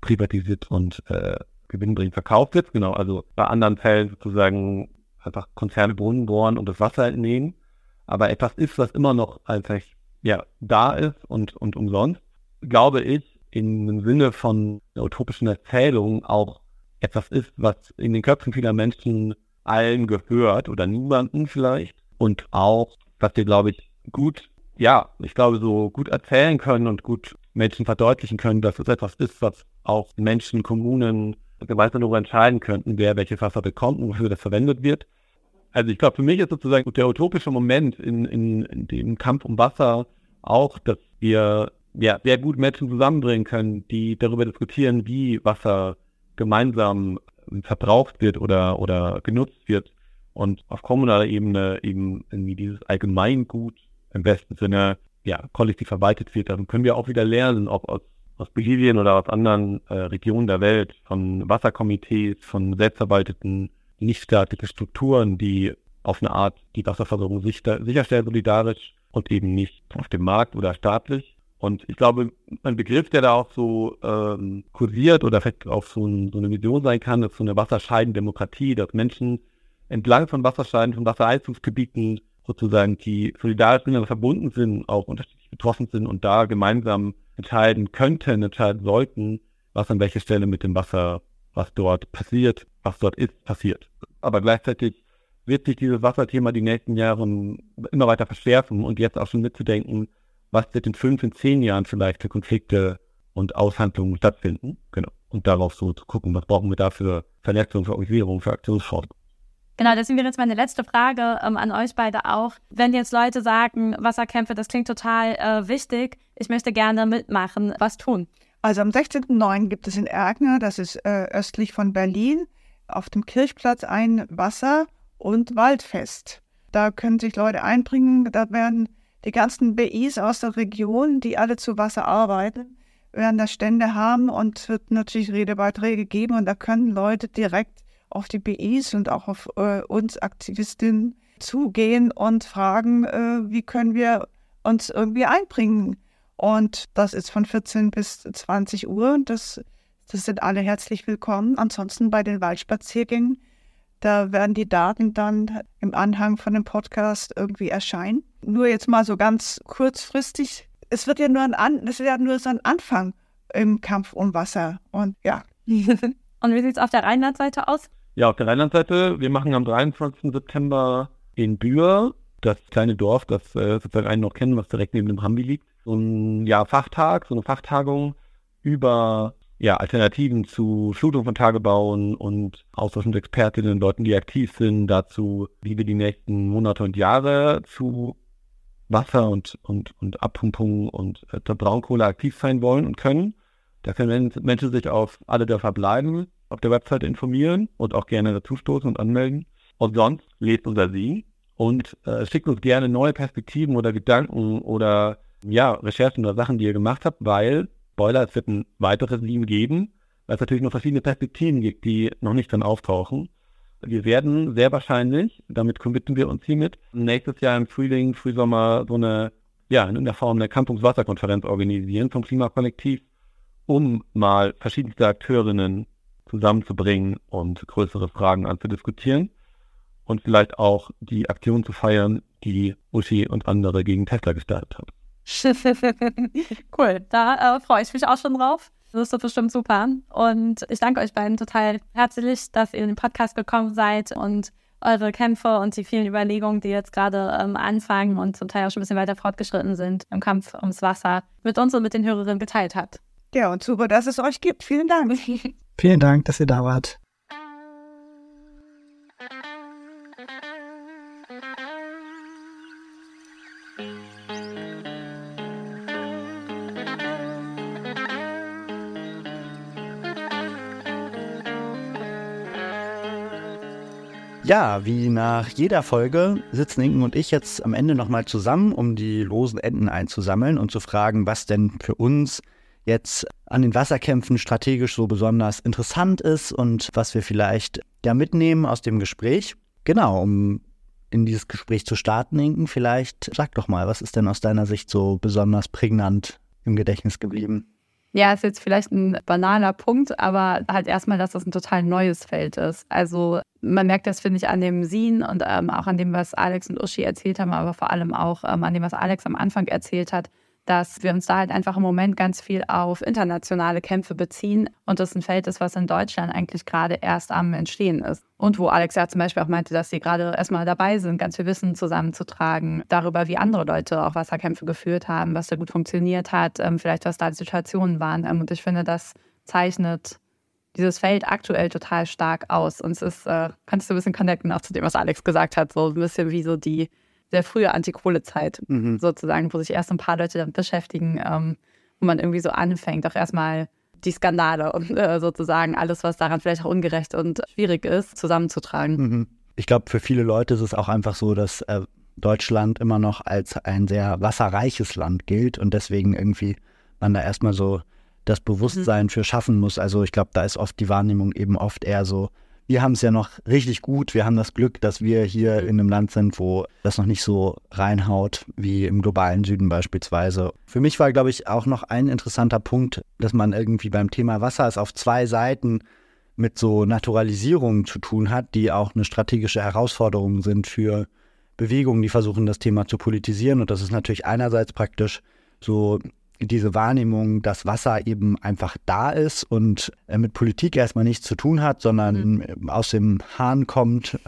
privatisiert und äh, gewinnbringend verkauft wird. Genau, also bei anderen Fällen sozusagen einfach Konzerne Brunnen bohren und das Wasser entnehmen. Aber etwas ist, was immer noch einfach ja, da ist und, und umsonst, glaube ich, im Sinne von einer utopischen Erzählung auch etwas ist, was in den Köpfen vieler Menschen allen gehört oder niemanden vielleicht. Und auch, was wir, glaube ich, gut, ja, ich glaube, so gut erzählen können und gut Menschen verdeutlichen können, dass es etwas ist, was auch Menschen, Kommunen gemeinsam darüber entscheiden könnten, wer welches Wasser bekommt und wofür das verwendet wird. Also ich glaube, für mich ist sozusagen der utopische Moment in, in, in dem Kampf um Wasser auch, dass wir ja sehr gut Menschen zusammenbringen können, die darüber diskutieren, wie Wasser gemeinsam verbraucht wird oder, oder genutzt wird und auf kommunaler Ebene eben irgendwie dieses Allgemeingut im besten Sinne ja kollektiv verwaltet wird. Dann können wir auch wieder lernen, ob aus, aus Bolivien oder aus anderen äh, Regionen der Welt, von Wasserkomitees, von selbstverwalteten nichtstaatliche Strukturen, die auf eine Art die Wasserversorgung sicher, sicherstellen, solidarisch und eben nicht auf dem Markt oder staatlich. Und ich glaube, ein Begriff, der da auch so ähm, kursiert oder vielleicht auch so, ein, so eine Vision sein kann, ist so eine Wasserscheidendemokratie, dass Menschen entlang von Wasserscheiden, von Wassereinzugsgebieten sozusagen, die solidarisch miteinander verbunden sind, auch unterschiedlich betroffen sind und da gemeinsam entscheiden könnten, entscheiden sollten, was an welcher Stelle mit dem Wasser, was dort passiert, was dort ist, passiert. Aber gleichzeitig wird sich dieses Wasserthema die nächsten Jahre immer weiter verschärfen und jetzt auch schon mitzudenken, was wird in fünf, in zehn Jahren vielleicht für Konflikte und Aushandlungen stattfinden. Genau. Und darauf so zu gucken, was brauchen wir da für Vernetzung, für Organisierung, für Aktionsformen. Genau, deswegen wäre jetzt meine letzte Frage ähm, an euch beide auch. Wenn jetzt Leute sagen, Wasserkämpfe, das klingt total äh, wichtig, ich möchte gerne mitmachen, was tun? Also am sechzehnten neunten gibt es in Erkner, das ist äh, östlich von Berlin, auf dem Kirchplatz ein Wasser- und Waldfest. Da können sich Leute einbringen, da werden die ganzen B Is aus der Region, die alle zu Wasser arbeiten, werden da Stände haben und es wird natürlich Redebeiträge geben und da können Leute direkt auf die B Is und auch auf äh, uns Aktivistinnen zugehen und fragen, äh, wie können wir uns irgendwie einbringen. Und das ist von vierzehn bis zwanzig Uhr und das, das sind alle herzlich willkommen. Ansonsten bei den Waldspaziergängen, da werden die Daten dann im Anhang von dem Podcast irgendwie erscheinen. Nur jetzt mal so ganz kurzfristig, es wird ja nur ein, An- das wird ja nur so ein Anfang im Kampf um Wasser. Und ja. Und wie sieht es auf der Rheinlandseite aus? Ja, auf der Rheinlandseite, wir machen am dreiundzwanzigsten September in Bühr, das kleine Dorf, das äh, sozusagen einen noch kennen, was direkt neben dem Hambi liegt, so ein ja, Fachtag, so eine Fachtagung über ja, Alternativen zu Flutung von Tagebauen und Austausch mit Expertinnen, Leuten, die aktiv sind, dazu, wie wir die nächsten Monate und Jahre zu Wasser und, und, und Abpumpung und äh, Braunkohle aktiv sein wollen und können. Da können Menschen sich auf alle der verbleiben, auf der Webseite informieren und auch gerne dazustoßen und anmelden. Und sonst lest unser Sie und äh, schickt uns gerne neue Perspektiven oder Gedanken oder ja, Recherchen oder Sachen, die ihr gemacht habt, weil, Spoiler, es wird ein weiteres Sieben geben, weil es natürlich noch verschiedene Perspektiven gibt, die noch nicht dann auftauchen. Wir werden sehr wahrscheinlich, damit committen wir uns hiermit, nächstes Jahr im Frühling, Frühsommer so eine, ja, in der Form eine Campus Wasserkonferenz organisieren vom Klimakollektiv, um mal verschiedenste Akteurinnen zusammenzubringen und größere Fragen anzudiskutieren und vielleicht auch die Aktion zu feiern, die Uschi und andere gegen Tesla gestartet haben. Cool, da äh, freue ich mich auch schon drauf. Das ist bestimmt super. Und ich danke euch beiden total herzlich, dass ihr in den Podcast gekommen seid und eure Kämpfe und die vielen Überlegungen, die jetzt gerade ähm, anfangen und zum Teil auch schon ein bisschen weiter fortgeschritten sind im Kampf ums Wasser, mit uns und mit den Hörerinnen geteilt habt. Ja, und super, dass es euch gibt. Vielen Dank. Vielen Dank, dass ihr da wart. Ja, wie nach jeder Folge sitzen Inken und ich jetzt am Ende nochmal zusammen, um die losen Enden einzusammeln und zu fragen, was denn für uns jetzt an den Wasserkämpfen strategisch so besonders interessant ist und was wir vielleicht ja mitnehmen aus dem Gespräch. Genau, um in dieses Gespräch zu starten, Inken, vielleicht sag doch mal, was ist denn aus deiner Sicht so besonders prägnant im Gedächtnis geblieben? Ja, ist jetzt vielleicht ein banaler Punkt, aber halt erstmal, dass das ein total neues Feld ist. Also man merkt das, finde ich, an dem Scene und ähm, auch an dem, was Alex und Uschi erzählt haben, aber vor allem auch ähm, an dem, was Alex am Anfang erzählt hat, dass wir uns da halt einfach im Moment ganz viel auf internationale Kämpfe beziehen und das ein Feld ist, was in Deutschland eigentlich gerade erst am Entstehen ist. Und wo Alex ja zum Beispiel auch meinte, dass sie gerade erstmal dabei sind, ganz viel Wissen zusammenzutragen darüber, wie andere Leute auch Wasserkämpfe geführt haben, was da gut funktioniert hat, vielleicht was da die Situationen waren. Und ich finde, das zeichnet dieses Feld aktuell total stark aus. Und es ist, äh, kannst du ein bisschen connecten auch zu dem, was Alex gesagt hat, so ein bisschen wie so die sehr frühe Anti-Kohle-Zeit mhm. sozusagen, wo sich erst ein paar Leute damit beschäftigen, ähm, wo man irgendwie so anfängt, auch erstmal die Skandale und äh, sozusagen alles, was daran vielleicht auch ungerecht und schwierig ist, zusammenzutragen. Mhm. Ich glaube, für viele Leute ist es auch einfach so, dass äh, Deutschland immer noch als ein sehr wasserreiches Land gilt und deswegen irgendwie man da erstmal so das Bewusstsein mhm. für schaffen muss. Also ich glaube, da ist oft die Wahrnehmung eben oft eher so, wir haben es ja noch richtig gut. Wir haben das Glück, dass wir hier in einem Land sind, wo das noch nicht so reinhaut wie im globalen Süden beispielsweise. Für mich war, glaube ich, auch noch ein interessanter Punkt, dass man irgendwie beim Thema Wasser es auf zwei Seiten mit so Naturalisierungen zu tun hat, die auch eine strategische Herausforderung sind für Bewegungen, die versuchen, das Thema zu politisieren. Und das ist natürlich einerseits praktisch so diese Wahrnehmung, dass Wasser eben einfach da ist und mit Politik erstmal nichts zu tun hat, sondern mhm. aus dem Hahn kommt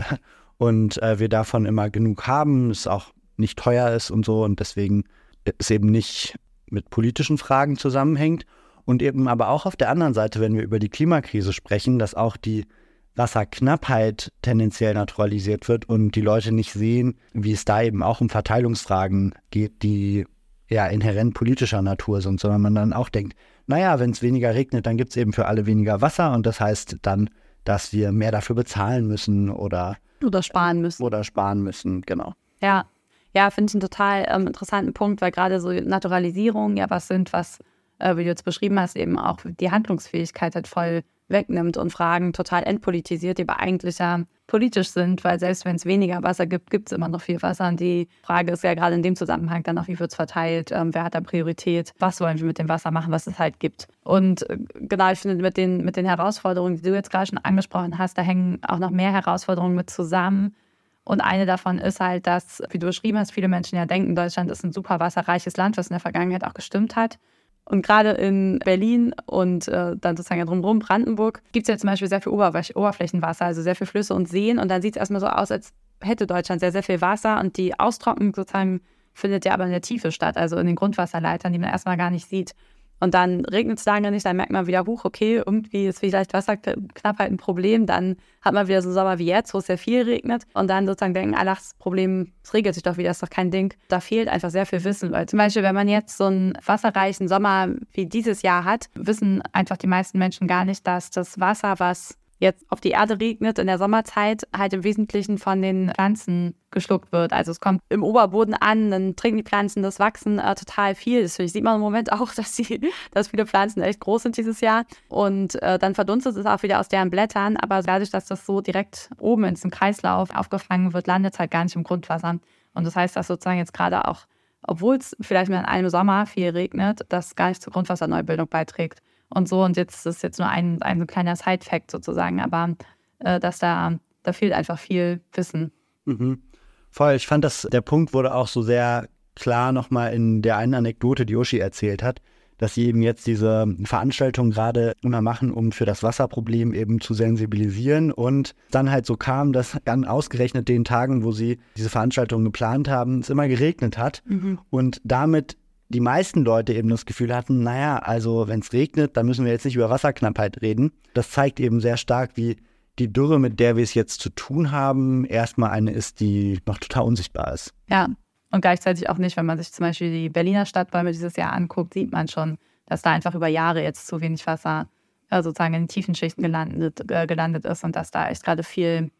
und äh, wir davon immer genug haben, es auch nicht teuer ist und so und deswegen es eben nicht mit politischen Fragen zusammenhängt. Und eben aber auch auf der anderen Seite, wenn wir über die Klimakrise sprechen, dass auch die Wasserknappheit tendenziell naturalisiert wird und die Leute nicht sehen, wie es da eben auch um Verteilungsfragen geht, die ja inhärent politischer Natur sind, sondern man dann auch denkt, naja, wenn es weniger regnet, dann gibt es eben für alle weniger Wasser und das heißt dann, dass wir mehr dafür bezahlen müssen oder oder sparen müssen. Oder sparen müssen, genau. Ja, ja, finde ich einen total ähm, interessanten Punkt, weil gerade so Naturalisierung ja was sind, was, äh, wie du jetzt beschrieben hast, eben auch die Handlungsfähigkeit halt voll wegnimmt und Fragen total entpolitisiert, die aber eigentlich ja politisch sind, weil selbst wenn es weniger Wasser gibt, gibt es immer noch viel Wasser. Und die Frage ist ja gerade in dem Zusammenhang dann auch, wie wird es verteilt, ähm, wer hat da Priorität, was wollen wir mit dem Wasser machen, was es halt gibt. Und äh, genau, ich finde, mit den, mit den Herausforderungen, die du jetzt gerade schon angesprochen hast, da hängen auch noch mehr Herausforderungen mit zusammen. Und eine davon ist halt, dass, wie du beschrieben hast, viele Menschen ja denken, Deutschland ist ein super wasserreiches Land, was in der Vergangenheit auch gestimmt hat. Und gerade in Berlin und äh, dann sozusagen drumherum Brandenburg gibt es ja zum Beispiel sehr viel Oberfläch- Oberflächenwasser, also sehr viel Flüsse und Seen. Und dann sieht es erstmal so aus, als hätte Deutschland sehr, sehr viel Wasser. Und die Austrocknung sozusagen findet ja aber in der Tiefe statt, also in den Grundwasserleitern, die man erstmal gar nicht sieht. Und dann regnet es lange nicht, dann merkt man wieder, huch, okay, irgendwie ist vielleicht Wasserknappheit ein Problem. Dann hat man wieder so einen Sommer wie jetzt, wo es sehr viel regnet. Und dann sozusagen denken, ach, das Problem, es regelt sich doch wieder, ist doch kein Ding. Da fehlt einfach sehr viel Wissen. Weil zum Beispiel, wenn man jetzt so einen wasserreichen Sommer wie dieses Jahr hat, wissen einfach die meisten Menschen gar nicht, dass das Wasser, was jetzt auf die Erde regnet in der Sommerzeit, halt im Wesentlichen von den Pflanzen geschluckt wird. Also es kommt im Oberboden an, dann trinken die Pflanzen, das wachsen äh, total viel. Das sieht man im Moment auch, dass, die, dass viele Pflanzen echt groß sind dieses Jahr. Und äh, dann verdunstet es auch wieder aus deren Blättern. Aber dadurch, dass das so direkt oben in diesem Kreislauf aufgefangen wird, landet es halt gar nicht im Grundwasser. Und das heißt, dass sozusagen jetzt gerade auch, obwohl es vielleicht mal in einem Sommer viel regnet, das gar nicht zur Grundwasserneubildung beiträgt. Und so, und jetzt ist jetzt nur ein, ein kleiner Side-Fact sozusagen, aber äh, dass da, da fehlt einfach viel Wissen. Mhm. Voll, ich fand, dass der Punkt wurde auch so sehr klar nochmal in der einen Anekdote, die Uschi erzählt hat, dass sie eben jetzt diese Veranstaltung gerade immer machen, um für das Wasserproblem eben zu sensibilisieren und dann halt so kam, dass an ausgerechnet den Tagen, wo sie diese Veranstaltung geplant haben, es immer geregnet hat mhm. und damit die meisten Leute eben das Gefühl hatten, naja, also wenn es regnet, dann müssen wir jetzt nicht über Wasserknappheit reden. Das zeigt eben sehr stark, wie die Dürre, mit der wir es jetzt zu tun haben, erstmal eine ist, die noch total unsichtbar ist. Ja, und gleichzeitig auch nicht, wenn man sich zum Beispiel die Berliner Stadtbäume dieses Jahr anguckt, sieht man schon, dass da einfach über Jahre jetzt zu wenig Wasser äh, sozusagen in den tiefen Schichten gelandet, äh, gelandet ist und dass da echt gerade viel,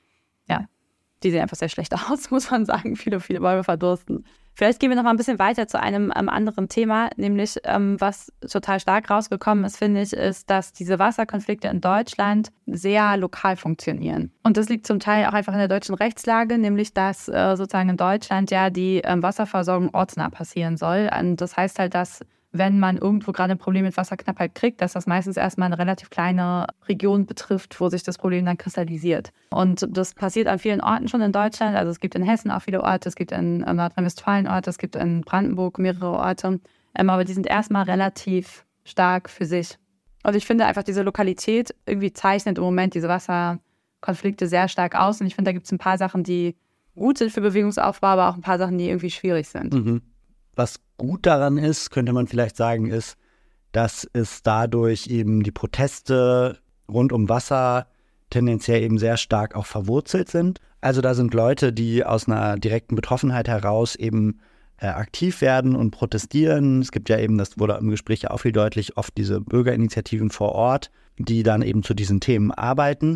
ja, die sehen einfach sehr schlecht aus, muss man sagen. Viele, viele Bäume verdursten. Vielleicht gehen wir noch mal ein bisschen weiter zu einem ähm, anderen Thema, nämlich ähm, was total stark rausgekommen ist, finde ich, ist, dass diese Wasserkonflikte in Deutschland sehr lokal funktionieren. Und das liegt zum Teil auch einfach in der deutschen Rechtslage, nämlich dass äh, sozusagen in Deutschland ja die ähm, Wasserversorgung ortsnah passieren soll. Und das heißt halt, dass wenn man irgendwo gerade ein Problem mit Wasserknappheit kriegt, dass das meistens erstmal eine relativ kleine Region betrifft, wo sich das Problem dann kristallisiert. Und das passiert an vielen Orten schon in Deutschland. Also es gibt in Hessen auch viele Orte, es gibt in Nordrhein-Westfalen Orte, es gibt in Brandenburg mehrere Orte. Ähm, aber die sind erstmal relativ stark für sich. Und ich finde einfach, diese Lokalität irgendwie zeichnet im Moment diese Wasserkonflikte sehr stark aus. Und ich finde, da gibt es ein paar Sachen, die gut sind für Bewegungsaufbau, aber auch ein paar Sachen, die irgendwie schwierig sind. Mhm. Was gut daran ist, könnte man vielleicht sagen, ist, dass es dadurch eben die Proteste rund um Wasser tendenziell eben sehr stark auch verwurzelt sind. Also da sind Leute, die aus einer direkten Betroffenheit heraus eben äh, aktiv werden und protestieren. Es gibt ja eben, das wurde im Gespräch ja auch viel deutlich, oft diese Bürgerinitiativen vor Ort, die dann eben zu diesen Themen arbeiten.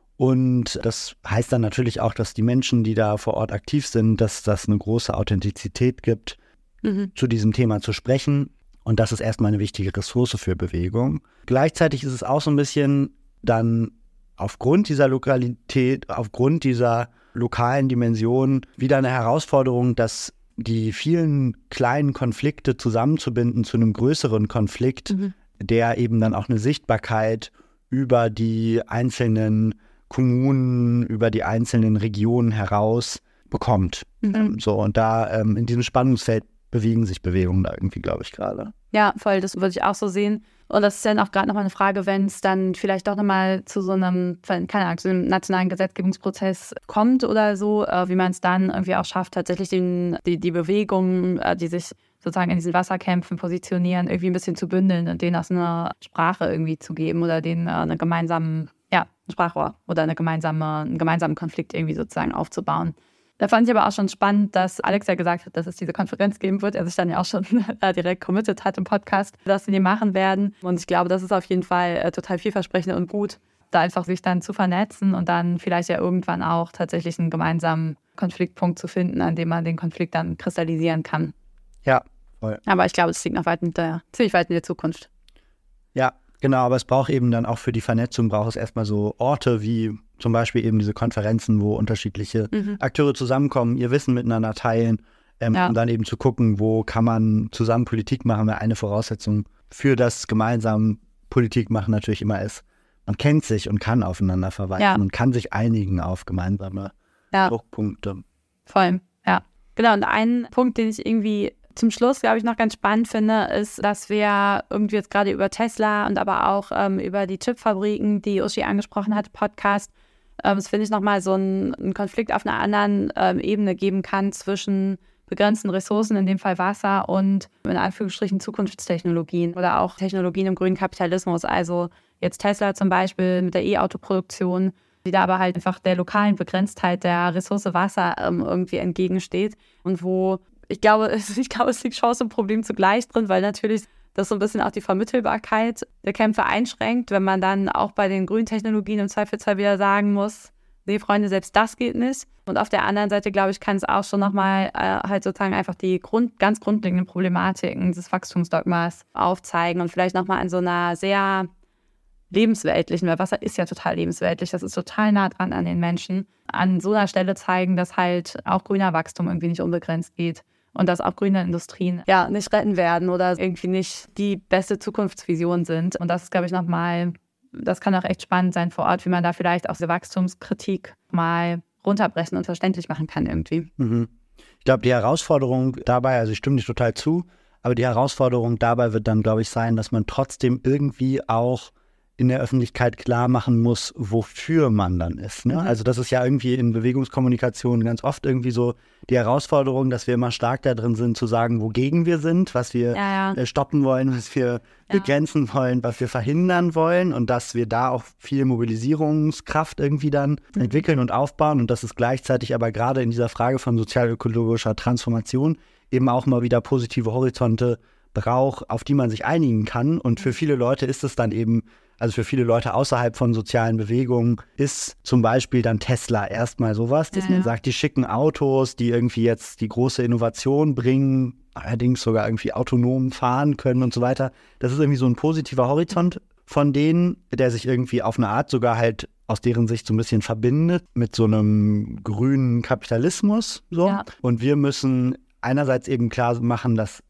Und das heißt dann natürlich auch, dass die Menschen, die da vor Ort aktiv sind, dass das eine große Authentizität gibt, mhm. zu diesem Thema zu sprechen. Und das ist erstmal eine wichtige Ressource für Bewegung. Gleichzeitig ist es auch so ein bisschen dann aufgrund dieser Lokalität, aufgrund dieser lokalen Dimension wieder eine Herausforderung, dass die vielen kleinen Konflikte zusammenzubinden zu einem größeren Konflikt, mhm. der eben dann auch eine Sichtbarkeit über die einzelnen Kommunen, über die einzelnen Regionen heraus bekommt. Mhm. So, und da ähm, in diesem Spannungsfeld bewegen sich Bewegungen da irgendwie, glaube ich, gerade. Ja, voll, das würde ich auch so sehen. Und das ist dann auch gerade nochmal eine Frage, wenn es dann vielleicht doch nochmal zu so einem, keine Ahnung, zu einem nationalen Gesetzgebungsprozess kommt oder so, äh, wie man es dann irgendwie auch schafft, tatsächlich den, die, die Bewegungen, äh, die sich sozusagen in diesen Wasserkämpfen positionieren, irgendwie ein bisschen zu bündeln und denen auch so eine Sprache irgendwie zu geben oder denen äh, eine gemeinsame, ja, ein Sprachrohr oder eine gemeinsame, einen gemeinsamen Konflikt irgendwie sozusagen aufzubauen. Da fand ich aber auch schon spannend, dass Alex ja gesagt hat, dass es diese Konferenz geben wird. Er sich dann ja auch schon direkt committed hat im Podcast, dass sie die machen werden. Und ich glaube, das ist auf jeden Fall äh, total vielversprechend und gut, da einfach sich dann zu vernetzen und dann vielleicht ja irgendwann auch tatsächlich einen gemeinsamen Konfliktpunkt zu finden, an dem man den Konflikt dann kristallisieren kann. Ja, voll. Aber ich glaube, es liegt noch weit in der, ziemlich weit in der Zukunft. Ja, genau. Aber es braucht eben dann auch für die Vernetzung, braucht es erstmal so Orte wie zum Beispiel eben diese Konferenzen, wo unterschiedliche mhm. Akteure zusammenkommen, ihr Wissen miteinander teilen, ähm, ja. um dann eben zu gucken, wo kann man zusammen Politik machen, weil eine Voraussetzung für das gemeinsame Politik machen natürlich immer ist, man kennt sich und kann aufeinander verweisen ja. und kann sich einigen auf gemeinsame ja. Druckpunkte. Voll, ja. Genau, und ein Punkt, den ich irgendwie zum Schluss, glaube ich, noch ganz spannend finde, ist, dass wir irgendwie jetzt gerade über Tesla und aber auch ähm, über die Chipfabriken, die Uschi angesprochen hat, Podcast, ähm, das finde ich nochmal so ein, ein Konflikt auf einer anderen ähm, Ebene geben kann zwischen begrenzten Ressourcen, in dem Fall Wasser, und in Anführungsstrichen Zukunftstechnologien oder auch Technologien im grünen Kapitalismus. Also jetzt Tesla zum Beispiel mit der E-Auto-Produktion, die da aber halt einfach der lokalen Begrenztheit der Ressource Wasser ähm, irgendwie entgegensteht und wo Ich glaube, ich glaube, es liegt Chance und Problem zugleich drin, weil natürlich das so ein bisschen auch die Vermittelbarkeit der Kämpfe einschränkt, wenn man dann auch bei den grünen Technologien im Zweifelsfall wieder sagen muss, nee, Freunde, selbst das geht nicht. Und auf der anderen Seite, glaube ich, kann es auch schon nochmal äh, halt sozusagen einfach die Grund, ganz grundlegenden Problematiken des Wachstumsdogmas aufzeigen und vielleicht nochmal an so einer sehr lebensweltlichen, weil Wasser ist ja total lebensweltlich, das ist total nah dran an den Menschen, an so einer Stelle zeigen, dass halt auch grüner Wachstum irgendwie nicht unbegrenzt geht und dass auch grüne Industrien ja nicht retten werden oder irgendwie nicht die beste Zukunftsvision sind. Und das ist, glaube ich, nochmal, das kann auch echt spannend sein vor Ort, wie man da vielleicht auch diese Wachstumskritik mal runterbrechen und verständlich machen kann irgendwie. Mhm. Ich glaube, die Herausforderung dabei, also ich stimme dir total zu, aber die Herausforderung dabei wird dann, glaube ich, sein, dass man trotzdem irgendwie auch in der Öffentlichkeit klar machen muss, wofür man dann ist. Ne? Mhm. Also das ist ja irgendwie in Bewegungskommunikation ganz oft irgendwie so die Herausforderung, dass wir immer stark da drin sind, zu sagen, wogegen wir sind, was wir ja, ja. stoppen wollen, was wir ja. begrenzen wollen, was wir verhindern wollen und dass wir da auch viel Mobilisierungskraft irgendwie dann mhm. entwickeln und aufbauen und dass es gleichzeitig aber gerade in dieser Frage von sozialökologischer Transformation eben auch mal wieder positive Horizonte braucht, auf die man sich einigen kann. Und für viele Leute ist es dann eben, also für viele Leute außerhalb von sozialen Bewegungen ist zum Beispiel dann Tesla erstmal sowas, dass ja, man ja. sagt, die schicken Autos, die irgendwie jetzt die große Innovation bringen, allerdings sogar irgendwie autonom fahren können und so weiter. Das ist irgendwie so ein positiver Horizont von denen, der sich irgendwie auf eine Art sogar halt aus deren Sicht so ein bisschen verbindet mit so einem grünen Kapitalismus. So. Ja. Und wir müssen einerseits eben klar machen, dass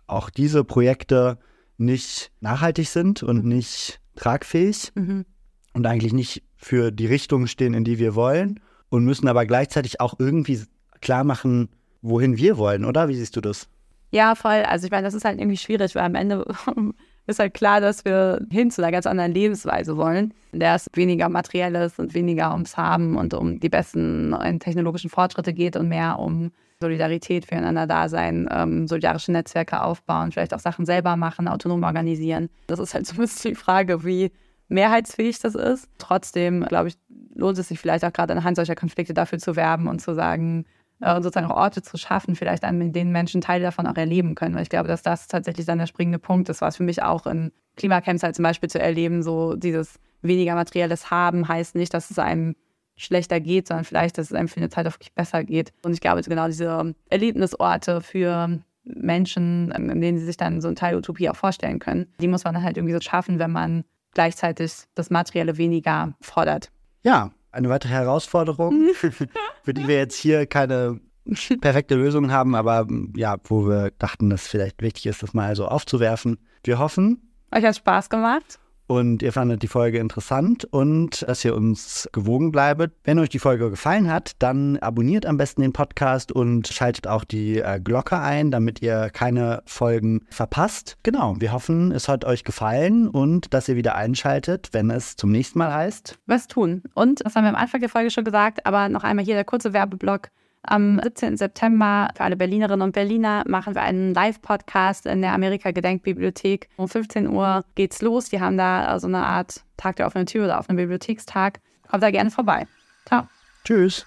auch diese Projekte nicht nachhaltig sind und nicht tragfähig Mhm. und eigentlich nicht für die Richtung stehen, in die wir wollen und müssen aber gleichzeitig auch irgendwie klar machen, wohin wir wollen, oder? Wie siehst du das? Ja, voll. Also ich meine, das ist halt irgendwie schwierig, weil am Ende ist halt klar, dass wir hin zu einer ganz anderen Lebensweise wollen, in der es weniger Materielles und weniger ums Haben und um die besten neuen technologischen Fortschritte geht und mehr um Solidarität, füreinander da sein, ähm, solidarische Netzwerke aufbauen, vielleicht auch Sachen selber machen, autonom organisieren. Das ist halt so ein bisschen die Frage, wie mehrheitsfähig das ist. Trotzdem, glaube ich, lohnt es sich vielleicht auch gerade anhand solcher Konflikte dafür zu werben und zu sagen, äh, und sozusagen auch Orte zu schaffen, vielleicht an denen Menschen Teile davon auch erleben können. Weil ich glaube, dass das tatsächlich dann der springende Punkt ist, was für mich auch in Klimacamps halt zum Beispiel zu erleben, so dieses weniger materielles Haben heißt nicht, dass es einem schlechter geht, sondern vielleicht, dass es einem für eine Zeit auch wirklich besser geht. Und ich glaube, genau diese Erlebnisorte für Menschen, in denen sie sich dann so einen Teil Utopie auch vorstellen können, die muss man dann halt irgendwie so schaffen, wenn man gleichzeitig das Materielle weniger fordert. Ja, eine weitere Herausforderung, für die wir jetzt hier keine perfekte Lösung haben, aber ja, wo wir dachten, dass vielleicht wichtig ist, das mal so aufzuwerfen. Wir hoffen, Euch hat Spaß gemacht. und ihr fandet die Folge interessant und dass ihr uns gewogen bleibt. Wenn euch die Folge gefallen hat, dann abonniert am besten den Podcast und schaltet auch die äh, Glocke ein, damit ihr keine Folgen verpasst. Genau, wir hoffen, es hat euch gefallen und dass ihr wieder einschaltet, wenn es zum nächsten Mal heißt. Was tun? Und, das haben wir am Anfang der Folge schon gesagt, aber noch einmal hier der kurze Werbeblock. Am siebzehnten September für alle Berlinerinnen und Berliner machen wir einen Live-Podcast in der Amerika-Gedenkbibliothek. Um fünfzehn Uhr geht's los. Die haben da so eine Art Tag der offenen Tür oder offenen Bibliothekstag. Kommt da gerne vorbei. Ciao. Tschüss.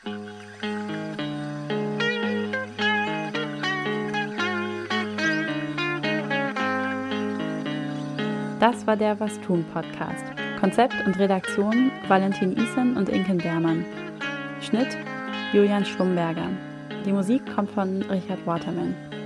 Das war der Was tun Podcast. Konzept und Redaktion Valentin Isen und Inken Beermann. Schnitt Julian Schlumberger. Die Musik kommt von Richard Waterman.